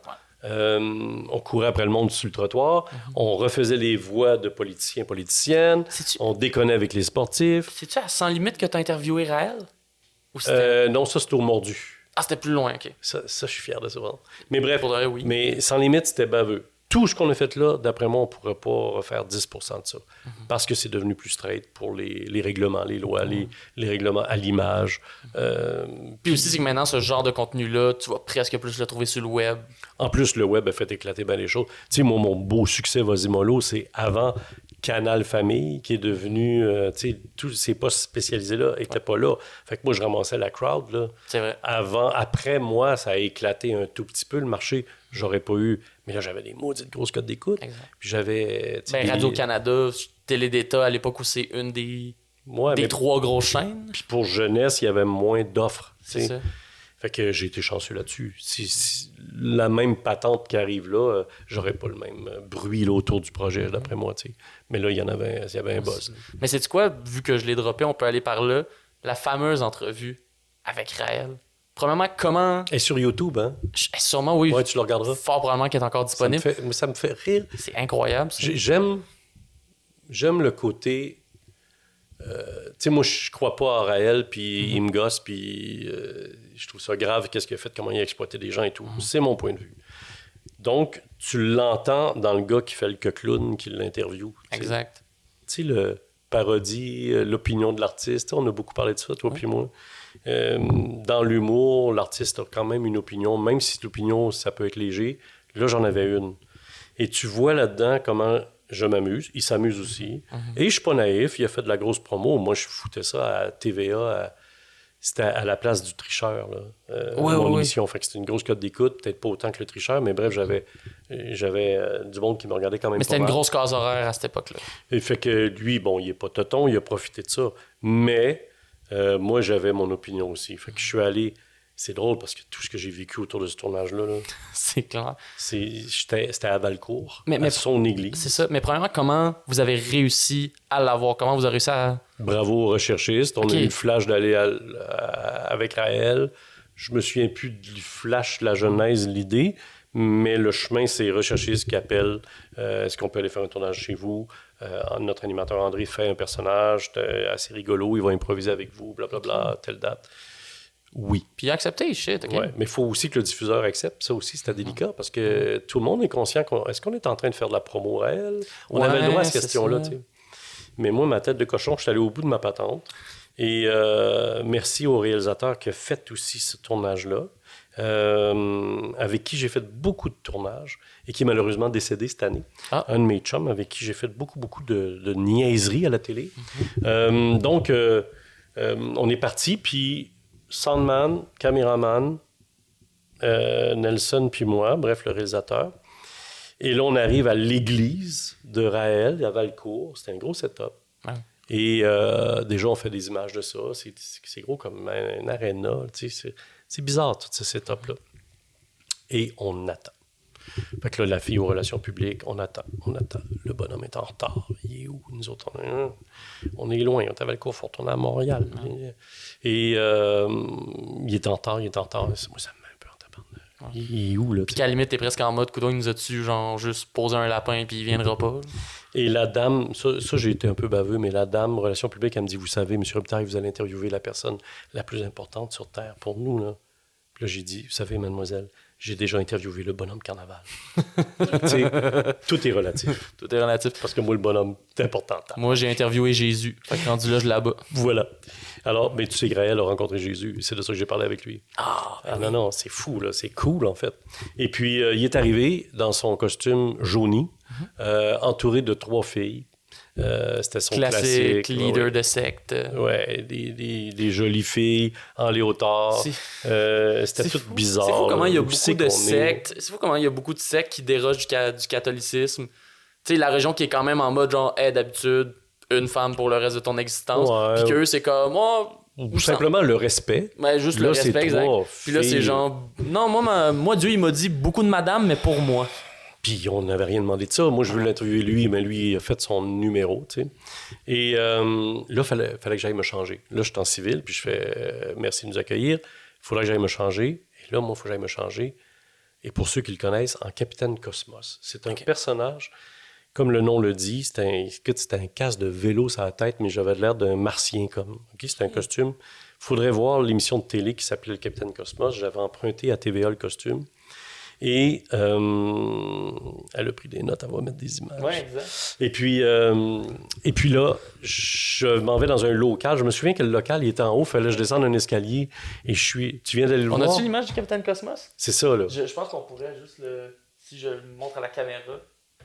B: on courait après le monde sur le trottoir, on refaisait les voix de politiciens, politiciennes, on déconnait avec les sportifs.
A: C'est-tu à Sans Limite que tu as interviewé Raël? Ou
B: non, ça, c'était au Mordu.
A: Ah, c'était plus loin, OK.
B: Ça, je suis fier de ça. Mais bref,
A: Pour de vrai, oui.
B: Mais Sans Limite, c'était baveux. Tout ce qu'on a fait là, d'après moi, on ne pourrait pas refaire 10% de ça. Parce que c'est devenu plus straight pour les règlements, les lois, les règlements à l'image.
A: Puis aussi, c'est que maintenant, ce genre de contenu-là, tu vas presque plus le trouver sur le web.
B: En plus, le web a fait éclater bien les choses. Tu sais, moi, mon beau succès, vas-y mollo, c'est avant Canal Famille, qui est devenu... tu sais, tous ces postes spécialisés-là n'étaient pas là. Fait que moi, je ramassais la crowd, là.
A: C'est vrai.
B: Après, moi, ça a éclaté un tout petit peu, le marché. J'aurais pas eu... Mais là, j'avais des maudites grosses cotes d'écoute. Puis j'avais...
A: Radio-Canada, Télé d'État, à l'époque où c'est une des 3 grosses chaînes.
B: Puis pour jeunesse, il y avait moins d'offres.
A: C'est ça.
B: Fait que j'ai été chanceux là-dessus. Si la même patente qui arrive là, j'aurais pas le même bruit là, autour du projet, d'après moi. T'sais. Mais là, il y avait un buzz.
A: Mais c'est quoi, vu que je l'ai droppé, on peut aller par là. La fameuse entrevue avec Raël. Premièrement, comment...
B: Et sur YouTube, hein?
A: Sûrement, oui.
B: Ouais, tu le regarderas.
A: Fort probablement qu'elle est encore disponible.
B: Ça me fait rire.
A: C'est incroyable, ça.
B: J'aime le côté... tu sais, moi, je crois pas à Raël, puis il me gosse, puis je trouve ça grave, qu'est-ce qu'il a fait, comment il a exploité des gens et tout. C'est mon point de vue. Donc, tu l'entends dans le gars qui fait le clown, qui l'interview.
A: Exact.
B: Tu sais, le parodie, l'opinion de l'artiste, on a beaucoup parlé de ça, toi puis moi. Dans l'humour, l'artiste a quand même une opinion, même si l'opinion, ça peut être léger. Là, j'en avais une. Et tu vois là-dedans comment je m'amuse. Il s'amuse aussi. Et je suis pas naïf. Il a fait de la grosse promo. Moi, je foutais ça à TVA. C'était à la place du tricheur, là, mon émission. Fait que c'était une grosse cote d'écoute. Peut-être pas autant que le tricheur, mais bref, j'avais du monde qui me regardait quand même.
A: Mais c'était une grosse case horaire à cette époque-là.
B: Et fait que lui, bon, il est pas toton. Il a profité de ça. Mais... moi, j'avais mon opinion aussi. Fait que je suis allé... C'est drôle parce que tout ce que j'ai vécu autour de ce tournage-là, là,
A: c'est clair.
B: C'était à Valcourt,
A: mais
B: à son église.
A: C'est ça. Mais premièrement, comment vous avez réussi à l'avoir? Comment vous avez réussi à...
B: Bravo aux recherchistes. On a eu le flash d'aller avec Raël. Je me souviens plus du flash, de la genèse, l'idée, mais le chemin, c'est les recherchistes qui appellent. Est-ce qu'on peut aller faire un tournage chez vous? Notre animateur André fait un personnage assez rigolo, il va improviser avec vous, blablabla, telle date. Oui.
A: Puis il a accepté, shit, OK.
B: Ouais, mais il faut aussi que le diffuseur accepte. Ça aussi, c'était délicat parce que tout le monde est conscient est-ce qu'on est en train de faire de la promo réelle? On avait le droit à cette question-là, tu sais. Mais moi, ma tête de cochon, je suis allé au bout de ma patente. Et merci au réalisateur qui a fait aussi ce tournage-là, avec qui j'ai fait beaucoup de tournages et qui est malheureusement décédé cette année. Un de mes chums avec qui j'ai fait beaucoup de niaiseries à la télé. Donc, on est parti, puis soundman, caméraman, Nelson puis moi, bref, le réalisateur. Et là, on arrive à l'église de Raël, à Valcourt. C'était un gros setup. Ouais. Et déjà, on fait des images de ça. C'est gros comme un aréna. C'est bizarre, tout ce setup-là. Et on attend. Fait que là, la fille aux relations publiques, on attend. Le bonhomme est en retard. Il est où? Nous autres, on est loin. On est à Valcourt, il faut retourner à Montréal. Et il est en retard. Moi, ça me met un peu en tabarnak. Il est où, là?
A: Puis qu'à la limite, t'es presque en mode, coudonc, il nous a-tu, genre, juste posé un lapin, puis il viendra pas.
B: Et la dame, ça j'ai été un peu baveux, mais la dame, relations publiques, elle me dit, vous savez, M. Robitaille, vous allez interviewer la personne la plus importante sur Terre pour nous, là. Puis là, j'ai dit, vous savez, mademoiselle, j'ai déjà interviewé le bonhomme carnaval. Tu sais, tout est relatif.
A: Tout est relatif.
B: Parce que moi, le bonhomme, c'est important.
A: Moi, j'ai interviewé Jésus. Fait que rendu là, je là-bas.
B: Voilà. Alors, mais tu sais, Graël a rencontré Jésus. C'est de ça que j'ai parlé avec lui. Non, c'est fou, là. C'est cool, en fait. Et puis, il est arrivé dans son costume jauni, entouré de 3 filles. C'était son classique
A: leader de secte.
B: Ouais, des jolies filles en léotard. C'était tout bizarre.
A: C'est fou comment il y a beaucoup de sectes. C'est fou comment il y a beaucoup de sectes qui dérogent du catholicisme. Tu sais, la région qui est quand même en mode genre, d'habitude, une femme pour le reste de ton existence. Puis qu'eux, c'est comme,
B: ou simplement le respect.
A: Ouais, juste là, le respect, exact. Puis là, c'est genre, non, moi, Dieu, il m'a dit beaucoup de madame, mais pour moi.
B: Puis on n'avait rien demandé de ça. Moi, je voulais l'interviewer lui, mais lui, il a fait son numéro, tu sais. Et là, il fallait que j'aille me changer. Là, je suis en civil, puis je fais merci de nous accueillir. Il faudrait que j'aille me changer. Et là, moi, il faut que j'aille me changer. Et pour ceux qui le connaissent, en Capitaine Cosmos. C'est un personnage, comme le nom le dit, c'était un casque de vélo sur la tête, mais j'avais l'air d'un martien comme. Okay, c'était un costume. Il faudrait voir l'émission de télé qui s'appelait le Capitaine Cosmos. J'avais emprunté à TVA le costume. Et elle a pris des notes, elle va mettre des images.
A: Oui, exact.
B: Et puis là, je m'en vais dans un local. Je me souviens que le local, il était en haut, il fallait que je descende un escalier. Et tu viens d'aller le voir.
A: On a-tu l'image du Capitaine Cosmos?
B: C'est ça, là.
A: Je pense qu'on pourrait juste si je le montre à la caméra.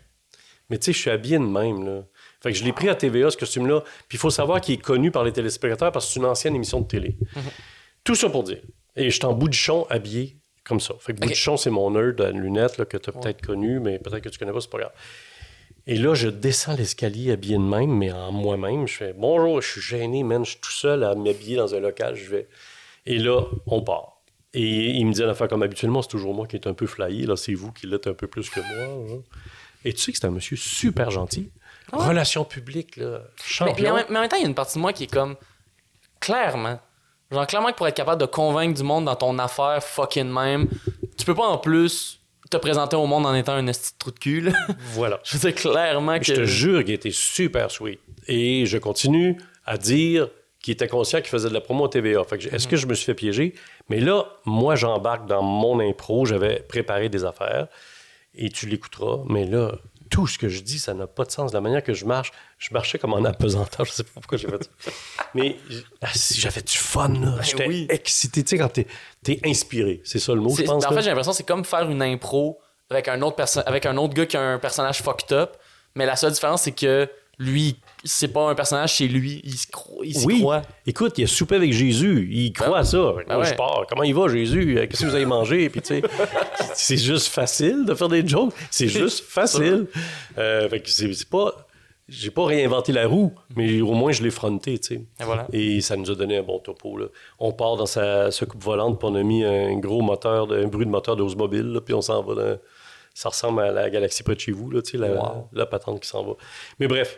B: Mais tu sais, je suis habillé de même, là. Fait que je l'ai pris à TVA, ce costume-là. Puis il faut savoir qu'il est connu par les téléspectateurs parce que c'est une ancienne émission de télé. Tout ça pour dire. Et je suis en boudichon habillé comme ça. Fait que Boudichon, c'est mon nerd à lunettes là, que tu as peut-être connu, mais peut-être que tu connais pas, c'est pas grave. Et là, je descends l'escalier habillé de même, mais en moi-même. Je fais « Bonjour, je suis gêné, man. Je suis tout seul à m'habiller dans un local. Je vais... » Et là, on part. Et il me dit à la fois, comme habituellement, c'est toujours moi qui est un peu flyé. Là, c'est vous qui l'êtes un peu plus que moi. Hein. Et tu sais que c'est un monsieur super gentil. Ouais. Relations publiques, là, champion.
A: Mais en même temps, il y a une partie de moi qui est comme... Clairement que pour être capable de convaincre du monde dans ton affaire fucking même, tu peux pas en plus te présenter au monde en étant un esti de trou de cul, là.
B: Voilà.
A: Je sais clairement que...
B: Je te jure qu'il était super sweet. Et je continue à dire qu'il était conscient qu'il faisait de la promo à TVA. Fait que, est-ce que je me suis fait piéger? Mais là, moi, j'embarque dans mon impro. J'avais préparé des affaires. Et tu l'écouteras. Mais là, tout ce que je dis, ça n'a pas de sens. La manière que je marchais comme en apesanteur. Je sais pas pourquoi j'ai fait ça. Mais j'avais du fun, là. J'étais excité. Tu sais, quand t'es inspiré. C'est ça le mot, je pense.
A: En fait, j'ai l'impression que c'est comme faire une impro avec un autre gars qui a un personnage fucked up. Mais la seule différence, c'est que lui, c'est pas un personnage, c'est lui. Il s'y croit.
B: Écoute, il a soupé avec Jésus. Il croit à ça. Moi, je pars. Comment il va, Jésus? Qu'est-ce que vous avez mangé? Puis, tu sais, c'est juste facile de faire des jokes. C'est juste facile. Fait que c'est pas... J'ai pas réinventé la roue, mais au moins, je l'ai fronté, tu sais. Et ça nous a donné un bon topo, là. On part dans sa coupe volante, puis on a mis un gros moteur, un bruit de moteur d'Oldsmobile, puis on s'en va dans... Ça ressemble à la galaxie près de chez vous, là, tu sais, la patente qui s'en va. Mais bref,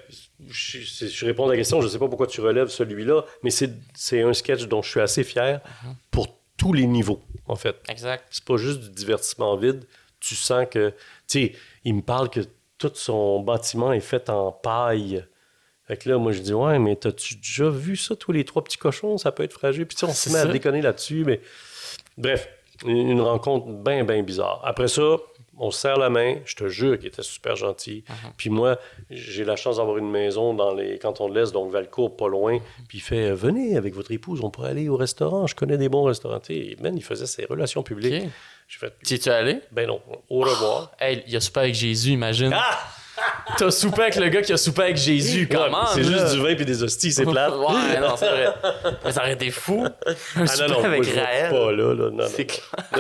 B: je réponds à la question, je sais pas pourquoi tu relèves celui-là, mais c'est un sketch dont je suis assez fier pour tous les niveaux, en fait.
A: Exact.
B: C'est pas juste du divertissement vide. Tu sens que... Tu sais, il me parle que tout son bâtiment est fait en paille. Fait que là, moi, je dis, ouais, mais t'as-tu déjà vu ça, tous les 3 petits cochons? Ça peut être fragile. Puis tu sais, on se met à déconner là-dessus, mais... Bref, une rencontre bien, bien bizarre. Après ça... On se serre la main, je te jure qu'il était super gentil. Puis moi, j'ai la chance d'avoir une maison dans les cantons de l'Est, donc Valcourt, pas loin. Puis il fait « Venez avec votre épouse, on pourrait aller au restaurant, je connais des bons restaurants. » Et man, il faisait ses relations publiques.
A: Okay. T'y es-tu allé?
B: Ben non, au revoir.
A: Hey, il a soupé avec Jésus, imagine. T'as soupé avec le gars qui a soupé avec Jésus, comment?
B: C'est juste du vin puis des hosties, c'est plate.
A: Ouais, non, c'est vrai. Mais ça aurait été fou.
B: Non,
A: avec
B: moi,
A: Raël.
B: Pas là, là. Non,
A: c'est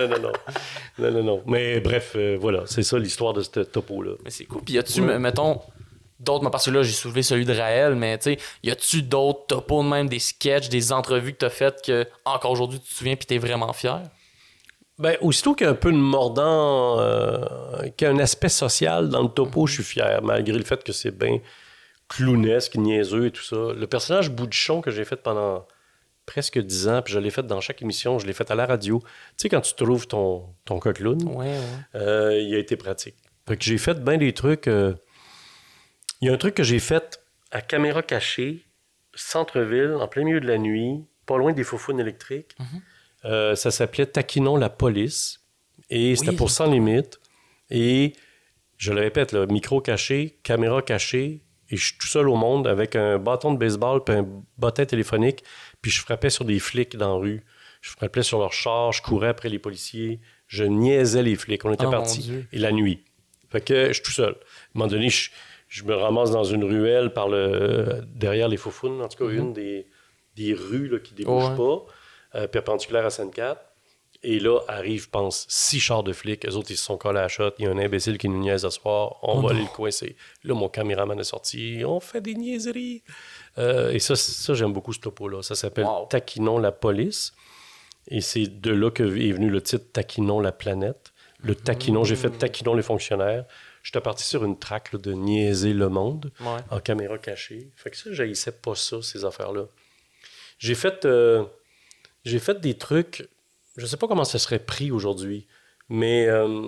A: clair.
B: Non. Mais bref, voilà, c'est ça l'histoire de ce topo-là.
A: Mais c'est cool. Puis y a-tu, mettons, d'autres, parce que là, j'ai soulevé celui de Raël, mais tu sais, y a-tu d'autres topos, même des sketchs, des entrevues que t'as faites que, encore aujourd'hui, tu te souviens puis t'es vraiment fier?
B: Ben, aussitôt qu'il y a un peu de mordant, qu'il y a un aspect social dans le topo, je suis fier, malgré le fait que c'est bien clownesque, niaiseux et tout ça. Le personnage Boudichon que j'ai fait pendant presque 10 ans, puis je l'ai fait dans chaque émission, je l'ai fait à la radio. Tu sais, quand tu trouves ton coqueloun, il a été pratique. Fait que j'ai fait bien des trucs. Il y a un truc que j'ai fait à caméra cachée, centre-ville, en plein milieu de la nuit, pas loin des faux-founes électriques. Ça s'appelait Taquinons la police. Et c'était pour Sans Limite. Et je le répète, là, micro caché, caméra cachée, et je suis tout seul au monde avec un bâton de baseball puis un bottin téléphonique, puis je frappais sur des flics dans la rue. Je frappais sur leur char, je courais après les policiers, je niaisais les flics. On était partis. Et la nuit. Fait que je suis tout seul. À un moment donné, je me ramasse dans une ruelle derrière les Faux-Founes, en tout cas une des rues là, qui ne débouchent pas, perpendiculaire à Sainte-Cat. Et là, arrive, je pense, 6 chars de flics. Eux autres, ils se sont collés à la shot. Il y a un imbécile qui nous niaise ce soir. On va aller le coincer. Là, mon caméraman est sorti. On fait des niaiseries. Et ça, j'aime beaucoup ce topo-là. Ça s'appelle Taquinons la police. Et c'est de là que est venu le titre Taquinons la planète. Le taquinon, j'ai fait Taquinons les fonctionnaires. J'étais parti sur une track là, de niaiser le monde en caméra cachée. Fait que ça, j'haïssais pas ça, ces affaires-là. J'ai fait des trucs... Je ne sais pas comment ça serait pris aujourd'hui, mais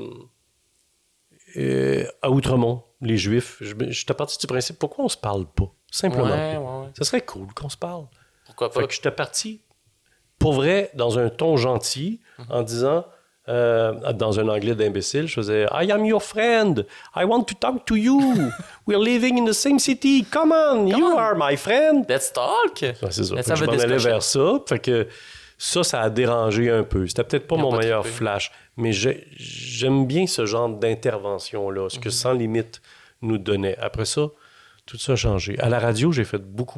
B: à Outremont, les Juifs, j'étais parti du principe, pourquoi on ne se parle pas? Simplement. Ça serait cool qu'on se parle.
A: Pourquoi pas?
B: Fait que j'étais parti, pour vrai, dans un ton gentil, en disant, dans un anglais d'imbécile, je faisais « I am your friend. I want to talk to you. We're living in the same city. Come on, you are my friend. »
A: Let's talk.
B: Ouais, c'est ça. Je m'en allais vers ça. Fait que ça a dérangé un peu. C'était peut-être pas mon meilleur flash, mais j'aime bien ce genre d'intervention-là, ce que Sans Limite nous donnait. Après ça, tout ça a changé. À la radio, j'ai fait beaucoup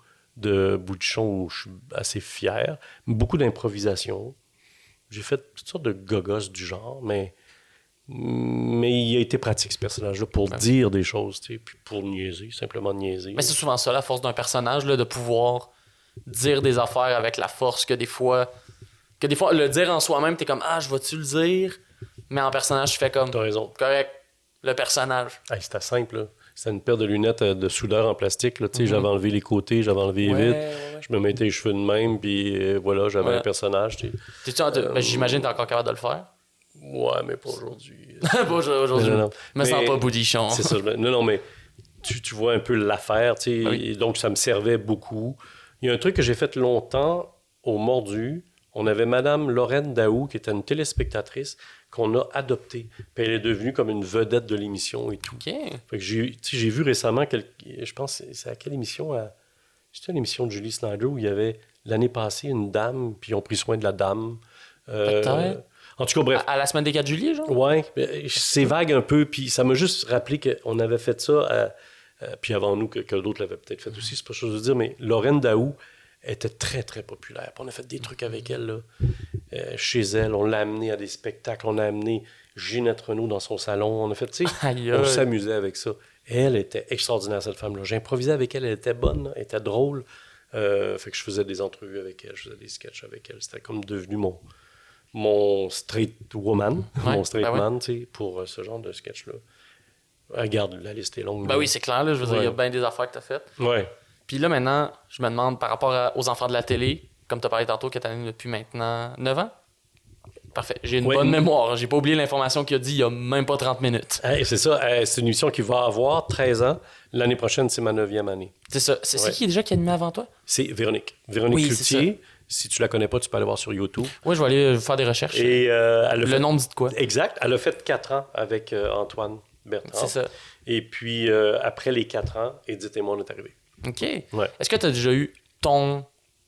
B: de bouts de chon où je suis assez fier, beaucoup d'improvisation. J'ai fait toutes sortes de gogos du genre, mais il a été pratique, ce personnage-là, pour dire des choses, tu sais, puis pour niaiser, simplement niaiser.
A: Mais c'est souvent ça, la force d'un personnage, là, de pouvoir dire des affaires avec la force que des fois le dire en soi-même, t'es comme « Ah, je vais-tu le dire? » Mais en personnage, tu fais comme «
B: T'as raison.
A: Correct, le personnage. »
B: C'était simple, là. C'était une paire de lunettes de soudeur en plastique, là, tu sais, j'avais enlevé les côtés, j'avais enlevé les vitres, je me mettais les cheveux de même, puis voilà, j'avais un personnage, tu sais.
A: J'imagine que t'es encore capable de le faire.
B: Ouais, mais pas aujourd'hui.
A: Pas aujourd'hui.
B: Non.
A: Me sens pas boudichon.
B: C'est ça. Non, mais tu vois un peu l'affaire, tu sais, et donc ça me servait beaucoup. Il y a un truc que j'ai fait longtemps au Mordu. On avait Madame Lorraine Daou, qui était une téléspectatrice qu'on a adoptée. Puis elle est devenue comme une vedette de l'émission et tout.
A: OK.
B: Fait que j'ai vu récemment, je pense, c'est à quelle émission? C'était une émission de Julie Snyder où il y avait, l'année passée, une dame, puis ils ont pris soin de la dame.
A: Peut-être.
B: En tout cas, bref.
A: À la semaine des 4 juillet, genre?
B: Ouais, c'est vague un peu, puis ça m'a juste rappelé qu'on avait fait ça, puis avant nous, que d'autres l'avaient peut-être fait aussi, c'est pas chose de dire, mais Lorraine Daou était très, très populaire. Puis on a fait des trucs avec elle, là. Chez elle, on l'a amenée à des spectacles, on a amené Ginette Renaud dans son salon, on a fait, tu sais, on s'amusait avec ça. Elle était extraordinaire, cette femme-là. J'improvisais avec elle, elle était bonne, elle était drôle. Fait que je faisais des entrevues avec elle, je faisais des sketchs avec elle. C'était comme devenu mon straight woman, mon straight man, tu sais, pour ce genre de sketch-là. Regarde, la liste est longue.
A: Ben oui, c'est clair, là, je veux dire, il y a bien des affaires que tu as faites.
B: Ouais.
A: Puis là, maintenant, je me demande, par rapport aux enfants de la télé, comme tu as parlé tantôt, que tu as depuis maintenant 9 ans? Parfait. J'ai une bonne mémoire. J'ai pas oublié l'information qu'il a dit il y a même pas 30 minutes.
B: Hey, c'est ça. C'est une émission qui va avoir 13 ans. L'année prochaine, c'est ma 9e année.
A: C'est ça. C'est qui déjà qui a animé avant toi?
B: C'est Véronique. Véronique Cloutier. Si tu la connais pas, tu peux aller voir sur YouTube.
A: Oui, je vais aller faire des recherches.
B: Et,
A: le nom me dit de quoi?
B: Exact. Elle a fait 4 ans avec Antoine Bertrand.
A: C'est ça.
B: Et puis, après les 4 ans, Edith et moi, on est arrivés.
A: OK.
B: Ouais.
A: Est-ce que tu as déjà eu ton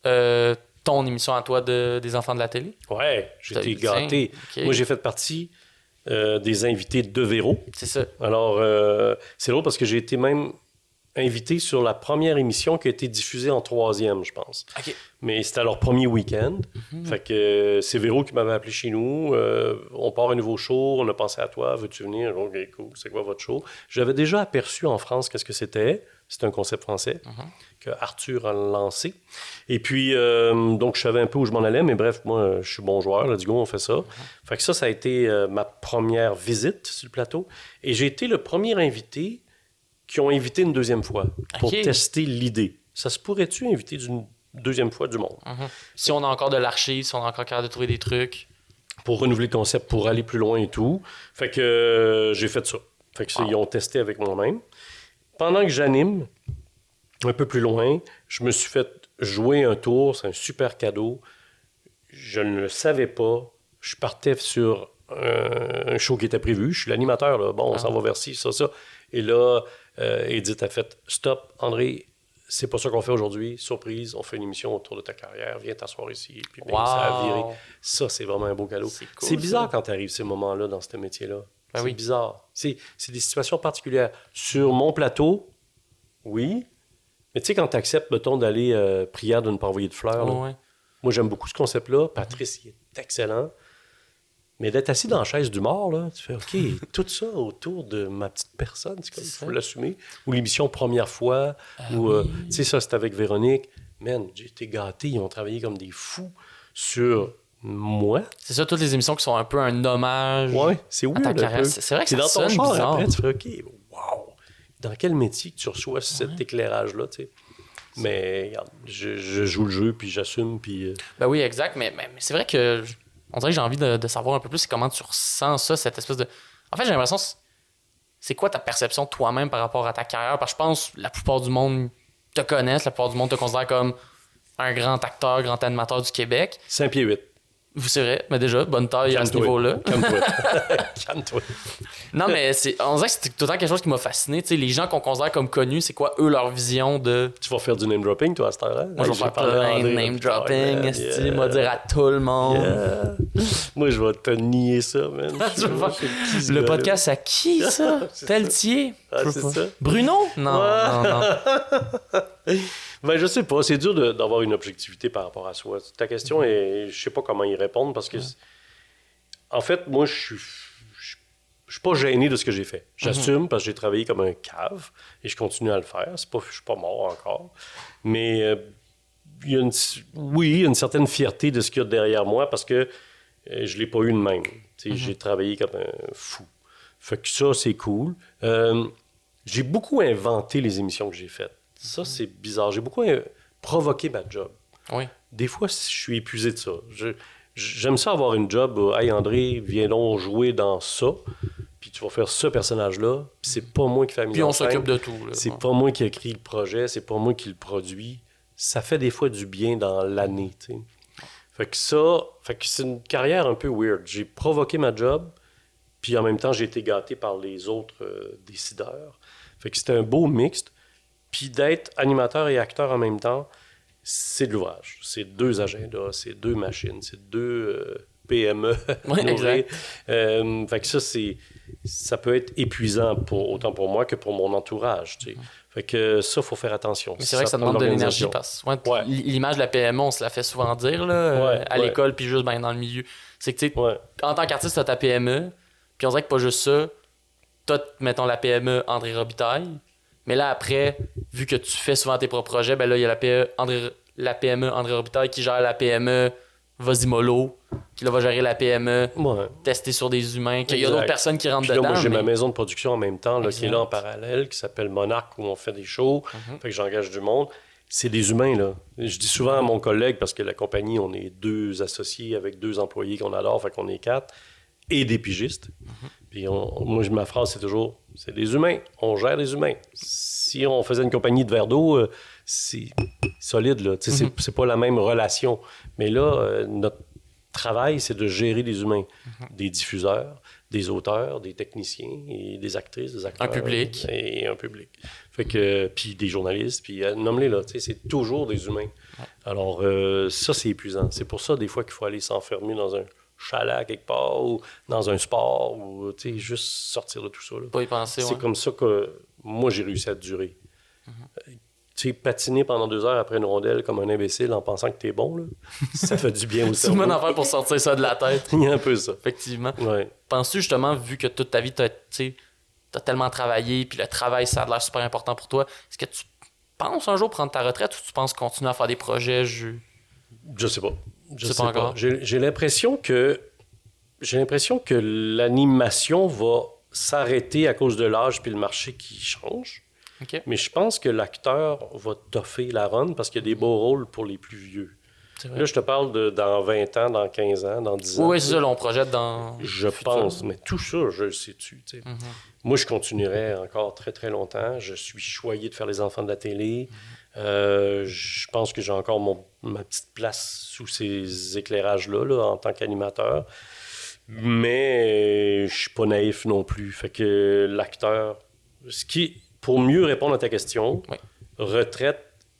A: émission à toi des enfants de la télé?
B: Ouais, j'étais gâté. Okay. Moi, j'ai fait partie des invités de Véro.
A: C'est ça.
B: Alors, c'est drôle parce que j'ai été même invité sur la première émission qui a été diffusée en 3e, je pense.
A: OK.
B: Mais c'était leur premier week-end. Fait que c'est Véro qui m'avait appelé chez nous. On part un nouveau show, on a pensé à toi, veux-tu venir? OK, cool, c'est quoi votre show? J'avais déjà aperçu en France qu'est-ce que c'était. C'est un concept français que Arthur a lancé. Et puis, donc, je savais un peu où je m'en allais, mais bref, moi, je suis bon joueur. Let's go, on fait ça. Fait que ça a été ma première visite sur le plateau. Et j'ai été le premier invité qui ont invité une deuxième fois pour tester l'idée. Ça se pourrait-tu inviter deuxième fois du monde.
A: Si on a encore de l'archive, si on est encore capable de trouver des trucs.
B: Pour renouveler le concept, pour aller plus loin et tout. Fait que j'ai fait ça. Fait que ils ont testé avec moi-même. Pendant que j'anime, un peu plus loin, je me suis fait jouer un tour. C'est un super cadeau. Je ne le savais pas. Je partais sur un show qui était prévu. Je suis l'animateur, là. Bon, on s'en va vers ci, ça. Et là, Edith a fait « Stop, André, c'est pas ça qu'on fait aujourd'hui. Surprise, on fait une émission autour de ta carrière. Viens t'asseoir ici. » Puis bien, ça a viré. Ça, c'est vraiment un beau cadeau. C'est bizarre quand tu arrives ces moments-là dans ce métier-là. C'est bizarre. C'est des situations particulières. Sur mon plateau, oui. Mais tu sais, quand tu acceptes, mettons, d'aller prière de ne pas envoyer de fleurs, là, moi, j'aime beaucoup ce concept-là. Patrice, il est excellent. Mais d'être assis dans la chaise du mort, là, tu fais OK, tout ça autour de ma petite personne, c'est comme il faut l'assumer. Ou l'émission Première fois, tu sais, ça, c'était avec Véronique. Man, j'ai été gâté, ils ont travaillé comme des fous sur moi.
A: C'est ça, toutes les émissions qui sont un peu un hommage
B: c'est weird,
A: à ta carrière. C'est vrai que
B: c'est
A: ça
B: dans ton
A: sonne
B: char
A: bizarre.
B: après, tu fais OK, wow! Dans quel métier que tu reçois cet éclairage-là, tu sais? Mais regarde, je joue le jeu, puis j'assume, puis...
A: Ben oui, exact, mais c'est vrai que on dirait que j'ai envie de savoir un peu plus comment tu ressens ça, cette espèce de... En fait, j'ai l'impression, c'est quoi ta perception de toi-même par rapport à ta carrière? Parce que je pense que la plupart du monde te connaissent, la plupart du monde te considère comme un grand acteur, grand animateur du Québec.
B: 5 pieds 8.
A: C'est vrai, mais déjà, bonne taille à ce niveau-là.
B: Calme-toi. Calme-toi.
A: Non, mais on dirait que c'est tout le temps quelque chose qui m'a fasciné. Tu sais, les gens qu'on considère comme connus, c'est quoi, eux, leur vision de...
B: Tu vas faire du name-dropping, toi, à cette heure-là?
A: Moi, je vais faire plein de name-dropping, moi dire à tout le monde.
B: Moi, je vais te nier ça, man.
A: Le podcast, c'est à qui, ça? Pelletier?
B: C'est ça?
A: Bruno? Non.
B: Ben, je sais pas. C'est dur d'avoir une objectivité par rapport à soi. Ta question, je sais pas comment y répondre parce que... En fait, moi, je suis pas gêné de ce que j'ai fait. J'assume parce que j'ai travaillé comme un cave et je continue à le faire. Je suis pas mort encore. Mais il y a une certaine fierté de ce qu'il y a derrière moi parce que je l'ai pas eu de même. J'ai travaillé comme un fou. Fait que ça, c'est cool. J'ai beaucoup inventé les émissions que j'ai faites. Ça, c'est bizarre. J'ai beaucoup provoqué ma job.
A: Oui.
B: Des fois, je suis épuisé de ça. J'aime ça avoir une job. Hey, André, viens donc jouer dans ça. Puis tu vas faire ce personnage-là. Puis c'est pas moi qui fais la mise en scène.
A: Puis on s'occupe de tout.
B: C'est pas moi qui ai écrit le projet. C'est pas moi qui le produit. Ça fait des fois du bien dans l'année, tu sais. Fait que c'est une carrière un peu weird. J'ai provoqué ma job. Puis en même temps, j'ai été gâté par les autres décideurs. Fait que c'était un beau mixte. Puis d'être animateur et acteur en même temps, c'est de l'ouvrage. C'est 2 agendas, c'est 2 machines, c'est 2 PME.
A: Oui, exact.
B: Fait que ça peut être épuisant autant pour moi que pour mon entourage. Tu sais. Fait que ça, il faut faire attention.
A: Mais c'est vrai que ça demande de l'énergie. L'image de la PME, on se la fait souvent dire là, à l'école, puis juste dans le milieu. C'est que tu sais, en tant qu'artiste, tu as ta PME, puis on dirait que pas juste ça. Tu as, mettons, la PME André Robitaille. Mais là, après, vu que tu fais souvent tes propres projets, ben là, il y a la PME André Robitaille qui gère la PME Vas-y Mollo, qui là, va gérer la PME, tester sur des humains, qu'il y a d'autres personnes qui rentrent
B: puis là,
A: dedans.
B: Moi, j'ai ma maison de production en même temps, là, qui est là en parallèle, qui s'appelle Monarch, où on fait des shows. Fait que j'engage du monde. C'est des humains, là. Je dis souvent à mon collègue, parce que la compagnie, on est 2 associés avec 2 employés qu'on adore, fait qu'on est 4, et des pigistes. Puis moi, ma phrase, c'est toujours, c'est des humains, on gère des humains. Si on faisait une compagnie de verre d'eau, c'est solide, là. C'est pas la même relation. Mais là, notre travail, c'est de gérer des humains, des diffuseurs, des auteurs, des techniciens, et des actrices, des acteurs.
A: Un public.
B: Et un public. Fait que, puis des journalistes, puis nomme-les, là, c'est toujours des humains. Alors, ça, c'est épuisant. C'est pour ça, des fois, qu'il faut aller s'enfermer dans un chalet quelque part ou dans un sport ou juste sortir de tout ça. Là.
A: Pas y penser,
B: c'est comme ça que moi, j'ai réussi à durer. Patiner pendant 2 heures après une rondelle comme un imbécile en pensant que t'es bon, là, ça fait du bien au cerveau.
A: C'est une bonne affaire pour sortir ça de la tête.
B: Il y a un peu ça.
A: Effectivement.
B: Ouais.
A: Penses-tu justement, vu que toute ta vie, t'as tellement travaillé, puis le travail, ça a l'air super important pour toi, est-ce que tu penses un jour prendre ta retraite ou tu penses continuer à faire des projets?
B: Je sais pas.
A: Je sais pas encore.
B: J'ai l'impression que l'animation va s'arrêter à cause de l'âge puis le marché qui change.
A: OK.
B: Mais je pense que l'acteur va toffer la run parce qu'il y a des beaux rôles pour les plus vieux.
A: C'est vrai.
B: Là, je te parle de dans 20 ans, dans 15 ans, dans 10 ans.
A: Oui, c'est ça, là, on projette dans...
B: Je pense, mais tout ça, je le sais-tu. Tu sais. Moi, je continuerai encore très, très longtemps. Je suis choyé de faire les enfants de la télé. Je pense que j'ai encore ma petite place sous ces éclairages-là là, en tant qu'animateur. Mais je suis pas naïf non plus. Fait que l'acteur... Pour mieux répondre à ta question,
A: Oui.
B: retraite,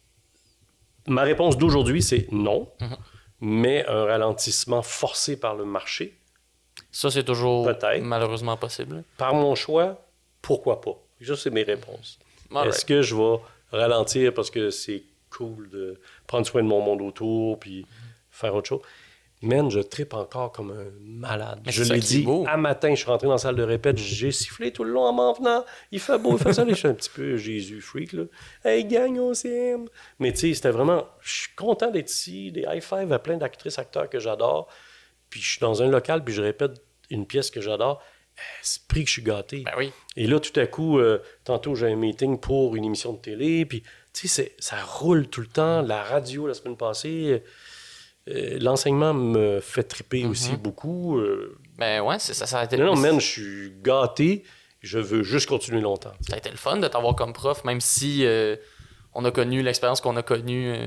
B: ma réponse d'aujourd'hui, c'est non. Mais un ralentissement forcé par le marché,
A: Ça, c'est toujours
B: Peut-être.
A: malheureusement possible.
B: par mon choix, pourquoi pas? Ça, c'est mes réponses.
A: Alright.
B: Est-ce que je vais ralentir parce que c'est cool de prendre soin de mon monde autour puis faire autre chose? Man, je trippe encore comme un malade.
A: Mais
B: Je
A: c'est ça
B: l'ai
A: qui est
B: dit,
A: beau.
B: à matin, je suis rentré dans la salle de répète, j'ai sifflé tout le long en m'en venant. Il fait beau, il fait ça. Je suis un petit peu Jésus freak, là. Hey, gang, on s'aime. Mais tu sais, c'était vraiment... Je suis content d'être ici, des high-five à plein d'actrices, acteurs que j'adore. Puis je suis dans un local, puis je répète une pièce que j'adore. C'est pris que je suis gâté.
A: Ben oui.
B: Et là, tout à coup, tantôt, j'ai un meeting pour une émission de télé, puis tu sais, ça roule tout le temps. La radio, la semaine passée, l'enseignement me fait triper aussi beaucoup.
A: Ben ouais, ça a été...
B: Non, man, je suis gâté. Je veux juste continuer longtemps.
A: Ça a été le fun de t'avoir comme prof, même si on a connu l'expérience qu'on a connue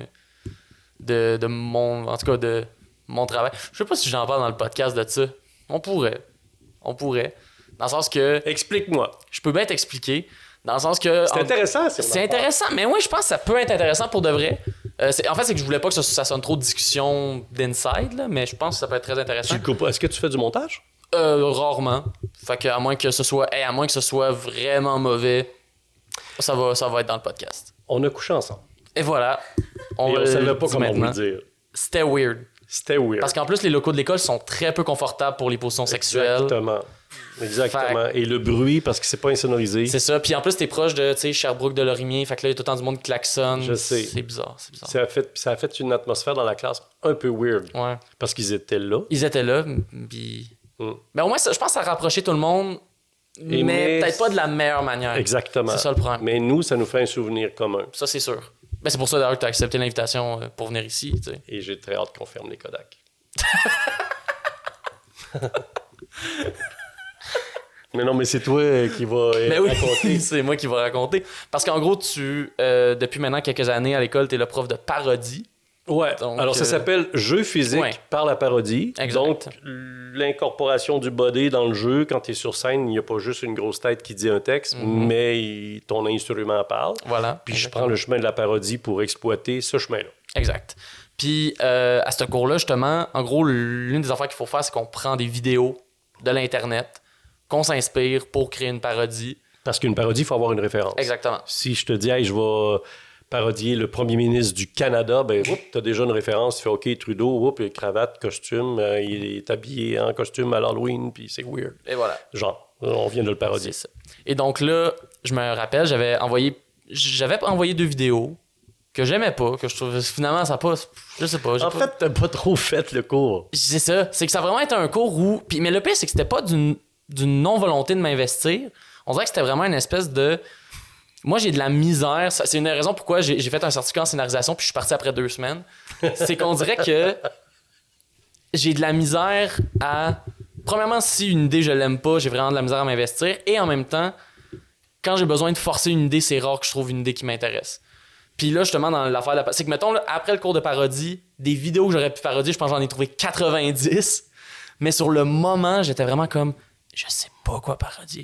A: de mon... En tout cas, de mon travail. Je sais pas si j'en parle dans le podcast de ça. On pourrait. Dans le sens que...
B: Explique-moi.
A: Je peux bien t'expliquer. Dans le sens que...
B: C'est intéressant,
A: C'est intéressant, mais oui, je pense que ça peut être intéressant pour de vrai. En fait, c'est que je voulais pas que ça sonne trop de discussion d'inside, là, mais je pense que ça peut être très intéressant.
B: Tu le coupes. Est-ce que tu fais du montage?
A: Rarement. Fait que à moins que ce soit vraiment mauvais, ça va être dans le podcast.
B: On a couché ensemble.
A: Et voilà.
B: Et on
A: le
B: savait pas
A: dit
B: comment vous
A: maintenant.
B: le dire.
A: C'était weird.
B: C'était weird.
A: Parce qu'en plus, les locaux de l'école sont très peu confortables pour les positions sexuelles.
B: Exactement. Et le bruit, parce que c'est pas insonorisé.
A: C'est ça. Puis en plus, t'es proche de Sherbrooke de Lorimier. Fait que là, il y a tout le temps du monde qui klaxonne.
B: Je sais.
A: C'est bizarre.
B: Ça a fait une atmosphère dans la classe un peu weird.
A: Ouais.
B: Parce qu'ils étaient là.
A: Ils étaient là. Puis... Mais au moins, je pense que ça a rapproché tout le monde. Mais peut-être pas de la meilleure manière.
B: Exactement.
A: C'est ça le problème.
B: Mais nous, ça nous fait un souvenir commun.
A: Ça, c'est sûr. Ben, c'est pour ça d'ailleurs que tu as accepté l'invitation pour venir ici. Tu sais.
B: Et j'ai très hâte qu'on ferme les Kodak. Mais non, mais c'est toi qui va raconter.
A: C'est moi qui vais raconter. Parce qu'en gros, depuis maintenant quelques années à l'école, tu es le prof de parodie.
B: Ouais.
A: Donc,
B: alors, ça s'appelle jeu physique par la parodie.
A: Exact.
B: Donc, l'incorporation du body dans le jeu, quand tu es sur scène, il n'y a pas juste une grosse tête qui dit un texte, mais ton instrument parle.
A: Voilà.
B: Puis je prends le chemin de la parodie pour exploiter ce chemin-là.
A: Exact. Puis à ce cours-là, justement, en gros, l'une des affaires qu'il faut faire, c'est qu'on prend des vidéos de l'Internet, qu'on s'inspire pour créer une parodie.
B: Parce qu'une parodie, il faut avoir une référence.
A: Exactement.
B: Si je te dis, hey, je vais parodier le premier ministre du Canada, ben, tu as déjà une référence. Tu fais OK, Trudeau, cravate, costume, il est habillé en costume à l'Halloween, puis c'est weird.
A: Et voilà.
B: Genre, on vient de le parodier.
A: C'est ça. Et donc là, je me rappelle, j'avais envoyé 2 vidéos que j'aimais pas, que je trouvais finalement ça passe. Je sais pas.
B: En fait, t'as pas trop fait le cours.
A: C'est ça. C'est que ça a vraiment été un cours où. Mais le pire, c'est que c'était pas d'une non-volonté de m'investir. On dirait que c'était vraiment une espèce de. Moi, j'ai de la misère. C'est une des raisons pourquoi j'ai fait un certificat en scénarisation puis je suis parti après 2 semaines. C'est qu'on dirait que j'ai de la misère à. Premièrement, si une idée, je l'aime pas, j'ai vraiment de la misère à m'investir. Et en même temps, quand j'ai besoin de forcer une idée, c'est rare que je trouve une idée qui m'intéresse. Puis là, justement, dans l'affaire de la... C'est que, mettons, là, après le cours de parodie, des vidéos que j'aurais pu parodier, je pense que j'en ai trouvé 90. Mais sur le moment, j'étais vraiment comme... Je sais pas quoi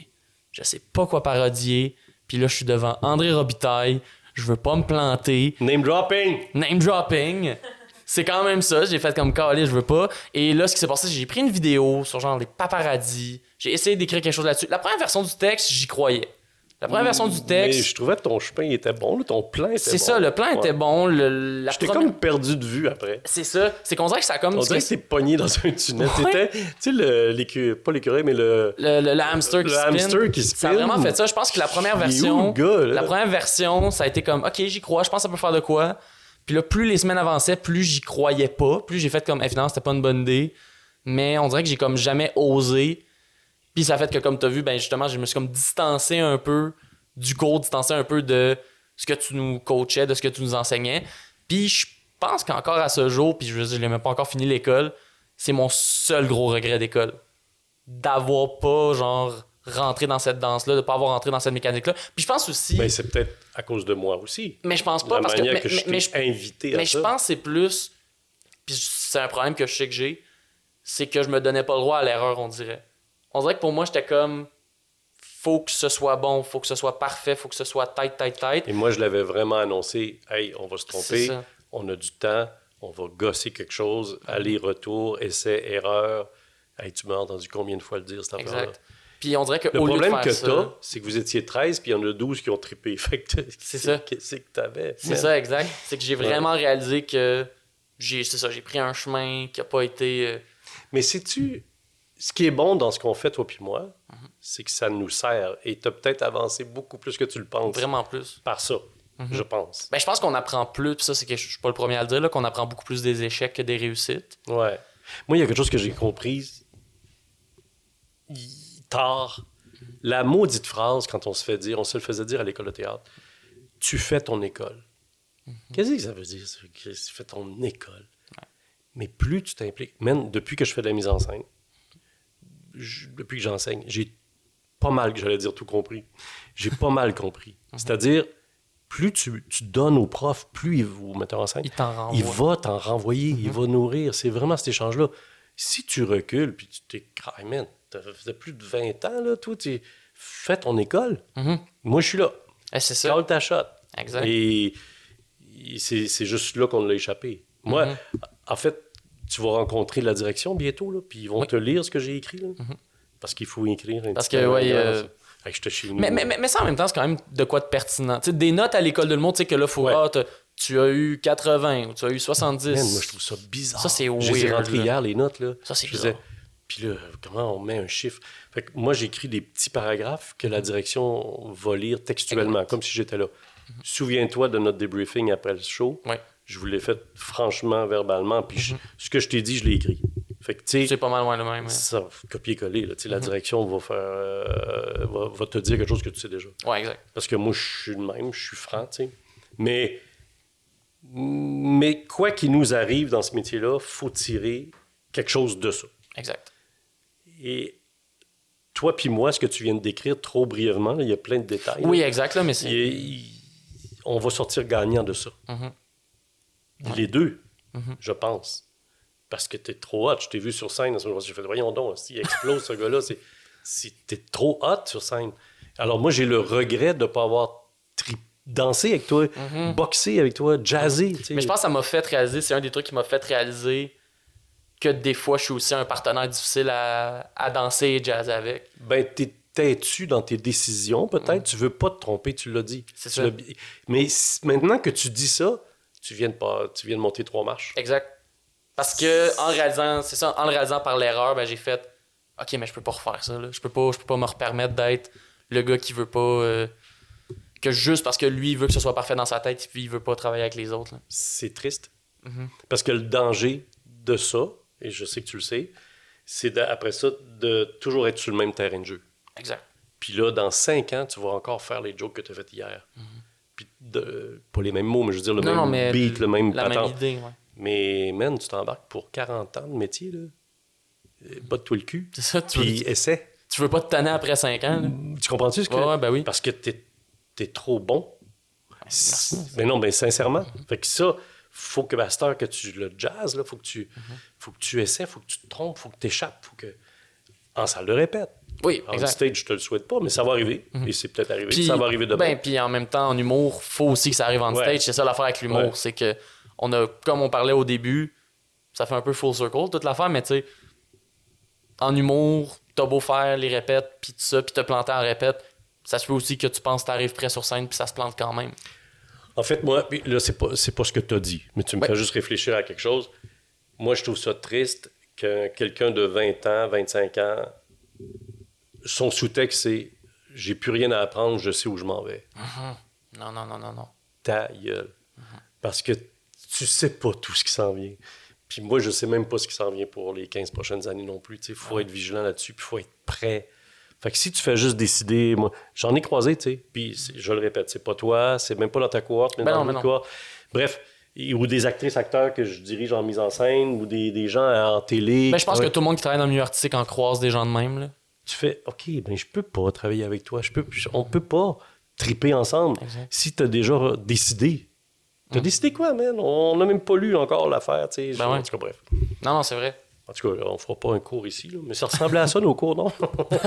A: parodier. Puis là, je suis devant André Robitaille. Je veux pas me planter.
B: Name dropping.
A: C'est quand même ça. J'ai fait comme calé, je veux pas. Et là, ce qui s'est passé, c'est que j'ai pris une vidéo sur genre les paparazzis. J'ai essayé d'écrire quelque chose là-dessus. La première version du texte, j'y croyais. La première version du texte...
B: Mais je trouvais que ton chemin était bon, ton plan était bon.
A: C'est ça, le plan était bon.
B: Je t'ai comme perdu de vue après.
A: C'est ça. C'est qu'on dirait que ça a comme...
B: On dirait que t'es pogné dans un tunnel. Ouais. Tu sais, pas l'écureuil, mais le
A: hamster qui spin. Ça a vraiment fait ça. Je pense que la première version... La première version, ça a été comme, OK, j'y crois, je pense que ça peut faire de quoi. Puis là, plus les semaines avançaient, plus j'y croyais pas. Plus j'ai fait comme, finalement, c'était pas une bonne idée. Mais on dirait que j'ai comme jamais osé. Puis ça a fait que, comme t'as vu, ben justement, je me suis comme distancé un peu du cours, distancié un peu de ce que tu nous coachais, de ce que tu nous enseignais. Puis je pense qu'encore à ce jour, puis je n'ai même pas encore fini l'école, c'est mon seul gros regret d'école. D'avoir pas, genre, rentré dans cette danse-là, de pas avoir rentré dans cette mécanique-là. Puis je pense aussi...
B: Ben, c'est peut-être à cause de moi aussi.
A: Mais je pense pas,
B: la
A: parce
B: manière
A: que...
B: je t'ai invité à
A: mais
B: ça.
A: je pense que c'est plus... Puis c'est un problème que je sais que j'ai, c'est que je me donnais pas le droit à l'erreur, on dirait. On dirait que pour moi, j'étais comme... Faut que ce soit bon, faut que ce soit parfait, faut que ce soit tight.
B: Et moi, je l'avais vraiment annoncé. Hey, on va se tromper, on a du temps, on va gosser quelque chose, aller-retour, essai, erreur. Hey, tu m'as entendu combien de fois le dire, cette affaire-là?
A: Exact. Puis on dirait que
B: le
A: au lieu
B: problème
A: de faire
B: que
A: ça,
B: t'as, c'est que vous étiez 13 puis il y en a 12 qui ont trippé. Fait que
A: c'est ça.
B: Qu'est-ce que t'avais?
A: C'est ça, exact. C'est que j'ai vraiment réalisé que j'ai pris un chemin qui a pas été...
B: Mais sais-tu, ce qui est bon dans ce qu'on fait, toi puis moi, c'est que ça nous sert. Et t'as peut-être avancé beaucoup plus que tu le penses.
A: Vraiment plus.
B: Par ça, je pense.
A: Ben, je pense qu'on apprend plus, puis ça, c'est que je suis pas le premier à le dire, là, qu'on apprend beaucoup plus des échecs que des réussites.
B: Ouais. Moi, il y a quelque chose que j'ai compris tard. La maudite phrase, quand on se le faisait dire à l'école de théâtre, tu fais ton école. Qu'est-ce que ça veut dire, ça? Tu fais ton école.
A: Ouais.
B: Mais plus tu t'impliques, même depuis que je fais de la mise en scène, depuis que j'enseigne, j'ai pas mal, j'allais dire tout compris, j'ai pas mal compris. C'est-à-dire, plus tu donnes au prof, plus au metteur en scène, il va t'en renvoyer, il va nourrir. C'est vraiment cet échange-là. Si tu recules, puis tu t'es... Hey man, ça fait plus de 20 ans, là, toi, tu fais ton école. Moi, je suis là.
A: C'est ça.
B: Call ta shot.
A: Exact.
B: Et c'est juste là qu'on l'a échappé. Moi, en fait, tu vas rencontrer la direction bientôt, là, puis ils vont te lire ce que j'ai écrit, là. Parce qu'il faut écrire un
A: parce
B: petit
A: que,
B: peu.
A: je te chie. Mais ça, en même temps, c'est quand même de quoi de pertinent. Tu sais, des notes à l'école de le monde, tu sais que là, faut... tu as eu 80 ou tu as eu 70.
B: Man, moi, je trouve ça bizarre.
A: Ça, c'est weird.
B: J'ai rentré hier, les notes, là.
A: Ça, c'est bizarre.
B: Puis là, comment on met un chiffre? Fait que moi, j'écris des petits paragraphes que la direction va lire textuellement, comme si j'étais là. Souviens-toi de notre débriefing après le show.
A: Ouais.
B: Je vous l'ai fait franchement, verbalement. Puis ce que je t'ai dit, je l'ai écrit. Fait que, tu sais...
A: C'est pas mal loin le même.
B: Ça, copier-coller, là. La direction va faire... va te dire quelque chose que tu sais déjà.
A: Ouais, exact.
B: Parce que moi, je suis le même, je suis franc, tu sais. Mais quoi qu'il nous arrive dans ce métier-là, faut tirer quelque chose de ça.
A: Exact.
B: Et toi puis moi, ce que tu viens de décrire trop brièvement, là, il y a plein de détails.
A: Oui,
B: là.
A: exact, là, mais c'est...
B: On va sortir gagnant de ça. Les deux, je pense. Parce que t'es trop hot. Je t'ai vu sur scène. J'ai fait, voyons donc, s'il explose ce gars-là, t'es trop hot sur scène. Alors moi, j'ai le regret de ne pas avoir dansé avec toi, boxé avec toi, jazzé.
A: Mais je pense que ça m'a fait réaliser, c'est un des trucs qui m'a fait réaliser que des fois, je suis aussi un partenaire difficile à danser et jazzer avec.
B: Ben, t'es têtu dans tes décisions, peut-être. Tu veux pas te tromper, tu l'as dit.
A: C'est ça.
B: Mais maintenant que tu dis ça, tu viens de monter 3 marches.
A: Exact. Parce que en le réalisant par l'erreur, ben, j'ai fait OK, mais je peux pas refaire ça. Là. Je peux pas me permettre d'être le gars qui veut pas... que juste parce que lui, il veut que ce soit parfait dans sa tête et puis il veut pas travailler avec les autres. Là.
B: C'est triste. Parce que le danger de ça, et je sais que tu le sais, c'est après ça de toujours être sur le même terrain de jeu.
A: Exact.
B: Puis là, dans 5 ans, tu vas encore faire les jokes que tu as fait hier. Puis pas les mêmes mots, mais je veux dire le même beat, le même
A: la
B: patente.
A: même idée, ouais.
B: Mais man, tu t'embarques pour 40 ans de métier, là. Botte-toi le cul.
A: C'est ça,
B: puis essaie.
A: Tu veux pas te tanner après 5 ans. Là.
B: Tu comprends-tu ce que...
A: Ouais, ben oui.
B: Parce que t'es trop bon.
A: Merci.
B: Mais non, mais sincèrement. Fait que ça, faut que Master, que tu le jazz, là, faut que tu essaies, faut que tu te trompes, faut que tu échappes, faut que... En salle de répète.
A: Oui,
B: en
A: exact.
B: stage, je te le souhaite pas, mais ça va arriver. Et c'est peut-être arrivé.
A: Puis,
B: ça va arriver demain.
A: Ben, puis en même temps, en humour, faut aussi que ça arrive en stage. C'est ça l'affaire avec l'humour. C'est que, comme on parlait au début, ça fait un peu full circle, toute l'affaire, mais tu sais, en humour, t'as beau faire les répètes, puis tout ça, puis te planter en répète, ça se peut aussi que tu penses que t'arrives prêt sur scène, puis ça se plante quand même.
B: En fait, moi, là, c'est pas ce que t'as dit, mais tu me fais juste réfléchir à quelque chose. Moi, je trouve ça triste que quelqu'un de 20 ans, 25 ans, son sous-texte, c'est « J'ai plus rien à apprendre, je sais où je m'en vais. »
A: Non.
B: Ta gueule. Parce que tu sais pas tout ce qui s'en vient. Puis moi, je sais même pas ce qui s'en vient pour les 15 prochaines années non plus. Il faut être vigilant là-dessus, puis il faut être prêt. Fait que si tu fais juste décider, moi, j'en ai croisé, tu sais, puis je le répète, c'est pas toi, c'est même pas dans ta cohorte, mais dans l'autre cohorte. Bref, ou des actrices, acteurs que je dirige en mise en scène, ou des gens en télé.
A: Ben, je pense que tout le monde qui travaille dans le milieu artistique en croise des gens de même, là.
B: Tu fais, OK, ben je peux pas travailler avec toi, on peut pas triper ensemble.
A: Exact.
B: Si t'as déjà décidé. T'as décidé quoi, man? On n'a même pas lu encore l'affaire, tu sais. En tout cas, bref.
A: Non, c'est vrai.
B: En tout cas, on fera pas un cours ici, là, mais ça ressemblait à ça, nos cours, non?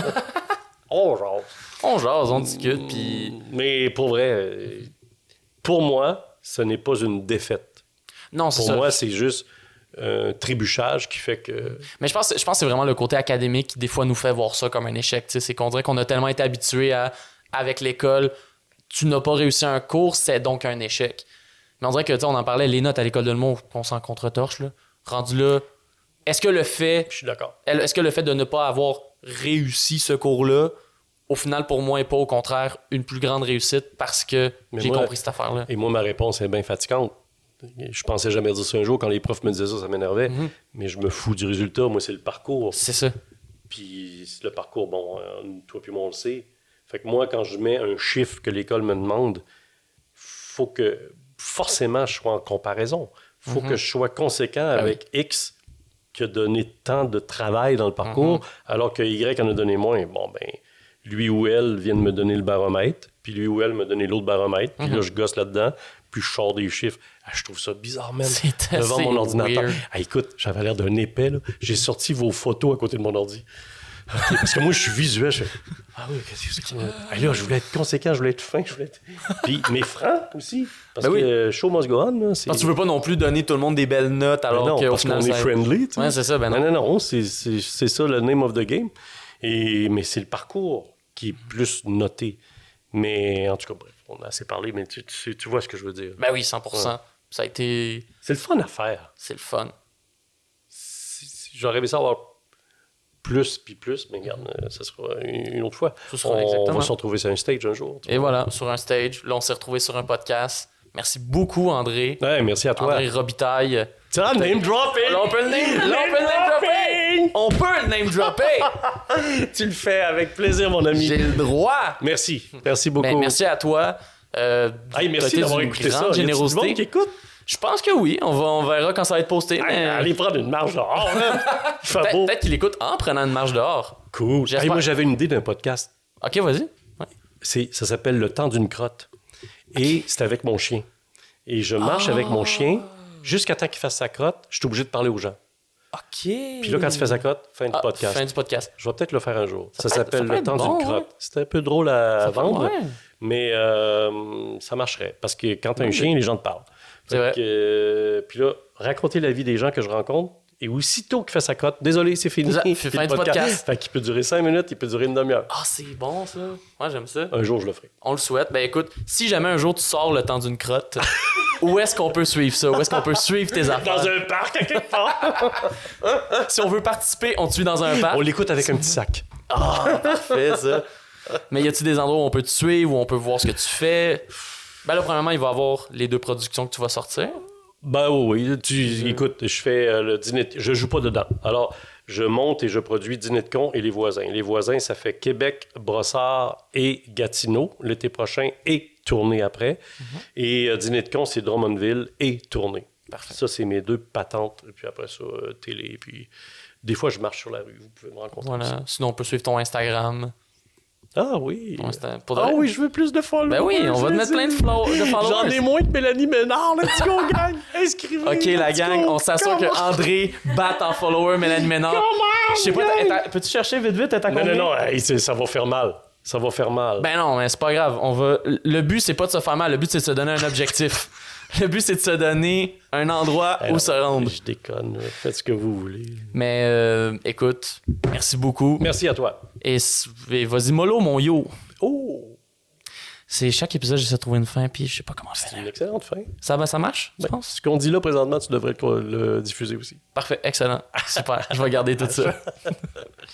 B: On jase.
A: On jase, on discute, puis...
B: Mais pour vrai, pour moi, ce n'est pas une défaite.
A: Non, c'est
B: pour
A: ça.
B: moi, c'est juste un trébuchage qui fait que...
A: Mais je pense que c'est vraiment le côté académique qui, des fois, nous fait voir ça comme un échec. C'est qu'on dirait qu'on a tellement été habitué à, avec l'école, tu n'as pas réussi un cours, c'est donc un échec. Mais on dirait que, tu sais, on en parlait, les notes à l'école de l'humour, on s'en contre-torche, là. Rendu là, est-ce que le fait...
B: Je suis d'accord.
A: Est-ce que le fait de ne pas avoir réussi ce cours-là, au final, pour moi, n'est pas au contraire une plus grande réussite parce que j'ai compris cette affaire-là?
B: Et moi, ma réponse est bien fatigante. Je pensais jamais dire ça un jour. Quand les profs me disaient ça, ça m'énervait. Mais je me fous du résultat. Moi, c'est le parcours.
A: C'est ça.
B: Puis le parcours, bon, toi puis moi, on le sait. Fait que moi, quand je mets un chiffre que l'école me demande, faut que forcément je sois en comparaison. Faut que je sois conséquent avec X qui a donné tant de travail dans le parcours, alors que Y en a donné moins. Bon, ben, lui ou elle vient de me donner le baromètre, puis lui ou elle me donner l'autre baromètre, puis là, je gosse là-dedans, puis je sors des chiffres. Ah, je trouve ça bizarre, même.
A: C'est
B: devant mon ordinateur.
A: weird.
B: Ah, écoute, j'avais l'air d'un épais, là. J'ai sorti vos photos à côté de mon ordi. Okay, parce que moi, je suis visuel. Je fais, ah oui, qu'est-ce que c'est? Là, je voulais être conséquent, je voulais être fin, je voulais être... Puis, mais franc aussi. Parce que show must go on, là, c'est...
A: Tu veux pas non plus donner tout le monde des belles notes alors qu'au final...
B: parce qu'on est friendly, tu sais.
A: Ouais, c'est ça, ben non.
B: Non, c'est ça le name of the game. Mais c'est le parcours qui est plus noté. Mais en tout cas, bref, on a assez parlé, mais tu vois ce que je veux dire.
A: Ben oui, 100%. Ouais. Ça a été...
B: C'est le fun à faire.
A: C'est le fun.
B: J'aurais aimé ça avoir plus, mais regarde, ça sera une autre fois. On va se retrouver sur un stage un jour.
A: Et voilà, sur un stage. Là, on s'est retrouvé sur un podcast. Merci beaucoup, André.
B: Ouais, merci à toi.
A: André Robitaille.
B: Tiens, name dropping!
A: Là, on peut le name dropper! On peut le name dropper!
B: Tu le fais avec plaisir, mon ami.
A: J'ai le droit!
B: Merci beaucoup.
A: Ben, merci à toi.
B: Merci d'avoir écouté ça.
A: Générosité.
B: Il y a du monde qui écoute?
A: Je pense que oui. On verra quand ça va être posté. Mais...
B: Allez prendre une marche dehors.
A: Peut-être qu'il écoute en prenant une marche dehors.
B: Cool. Moi, j'avais une idée d'un podcast.
A: OK, vas-y. Ouais.
B: Ça s'appelle Le temps d'une crotte. Et c'est avec mon chien. Et je marche avec mon chien jusqu'à temps qu'il fasse sa crotte. Je suis obligé de parler aux gens.
A: OK.
B: Puis là, quand il fait sa crotte, fin du podcast.
A: Fin du podcast.
B: Je vais peut-être le faire un jour. Ça s'appelle Le temps d'une crotte. C'est un peu drôle à vendre, mais ça marcherait. Parce que quand tu as un chien, les gens te parlent.
A: C'est vrai.
B: Puis là, raconter la vie des gens que je rencontre, et aussitôt qu'il fait sa crotte, désolé, c'est fini.
A: C'est fin du podcast.
B: Fait qu'il peut durer 5 minutes, il peut durer une demi-heure.
A: Ah, c'est bon, ça. Ouais, j'aime ça.
B: Un jour, je le ferai.
A: On le souhaite. Ben écoute, si jamais un jour tu sors Le temps d'une crotte, où est-ce qu'on peut suivre ça? Où est-ce qu'on peut suivre tes affaires?
B: Dans un parc, à quelque part.
A: Si on veut participer, on te suit dans un parc.
B: On l'écoute avec un petit sac.
A: Ah, parfait, ça. Mais y a-tu des endroits où on peut te suivre, où on peut voir ce que tu fais? Ben là, premièrement, il va y avoir les 2 productions que tu vas sortir.
B: Ben oui. Écoute, je fais le dîner. Je joue pas dedans. Alors, je monte et je produis Dîner de con et Les Voisins. Les Voisins, ça fait Québec, Brossard et Gatineau l'été prochain et tournée après. Et Dîner de con, c'est Drummondville et tournée.
A: Parfait.
B: Ça, c'est mes 2 patentes. Et puis après ça, télé. Puis des fois, je marche sur la rue. Vous pouvez me rencontrer.
A: Voilà. Sinon, on peut suivre ton Instagram.
B: Ah oui.
A: Oui,
B: je veux plus de followers.
A: Ben oui, on va te mettre plein de followers.
B: J'en ai moins que Mélanie Ménard. Let's go, gang. Inscrivez.
A: OK, la gang, on s'assure que André batte en follower Mélanie Ménard. Je sais pas, peux-tu chercher vite, t'es à combien?
B: Non, ça va faire mal. Ça va faire mal.
A: Ben non, mais c'est pas grave. Le but, c'est pas de se faire mal. Le but, c'est de se donner un objectif. Le but, c'est de se donner un endroit où se rendre.
B: Je déconne. Faites ce que vous voulez.
A: Mais écoute, merci beaucoup.
B: Merci à toi.
A: Et vas-y, mollo, mon yo.
B: Oh!
A: C'est chaque épisode, j'essaie de trouver une fin, puis je sais pas comment le
B: C'est
A: faire.
B: une excellente fin.
A: Ça marche, tu penses?
B: Ce qu'on dit là présentement, tu devrais le diffuser aussi.
A: Parfait, excellent. Super, je vais garder tout ça.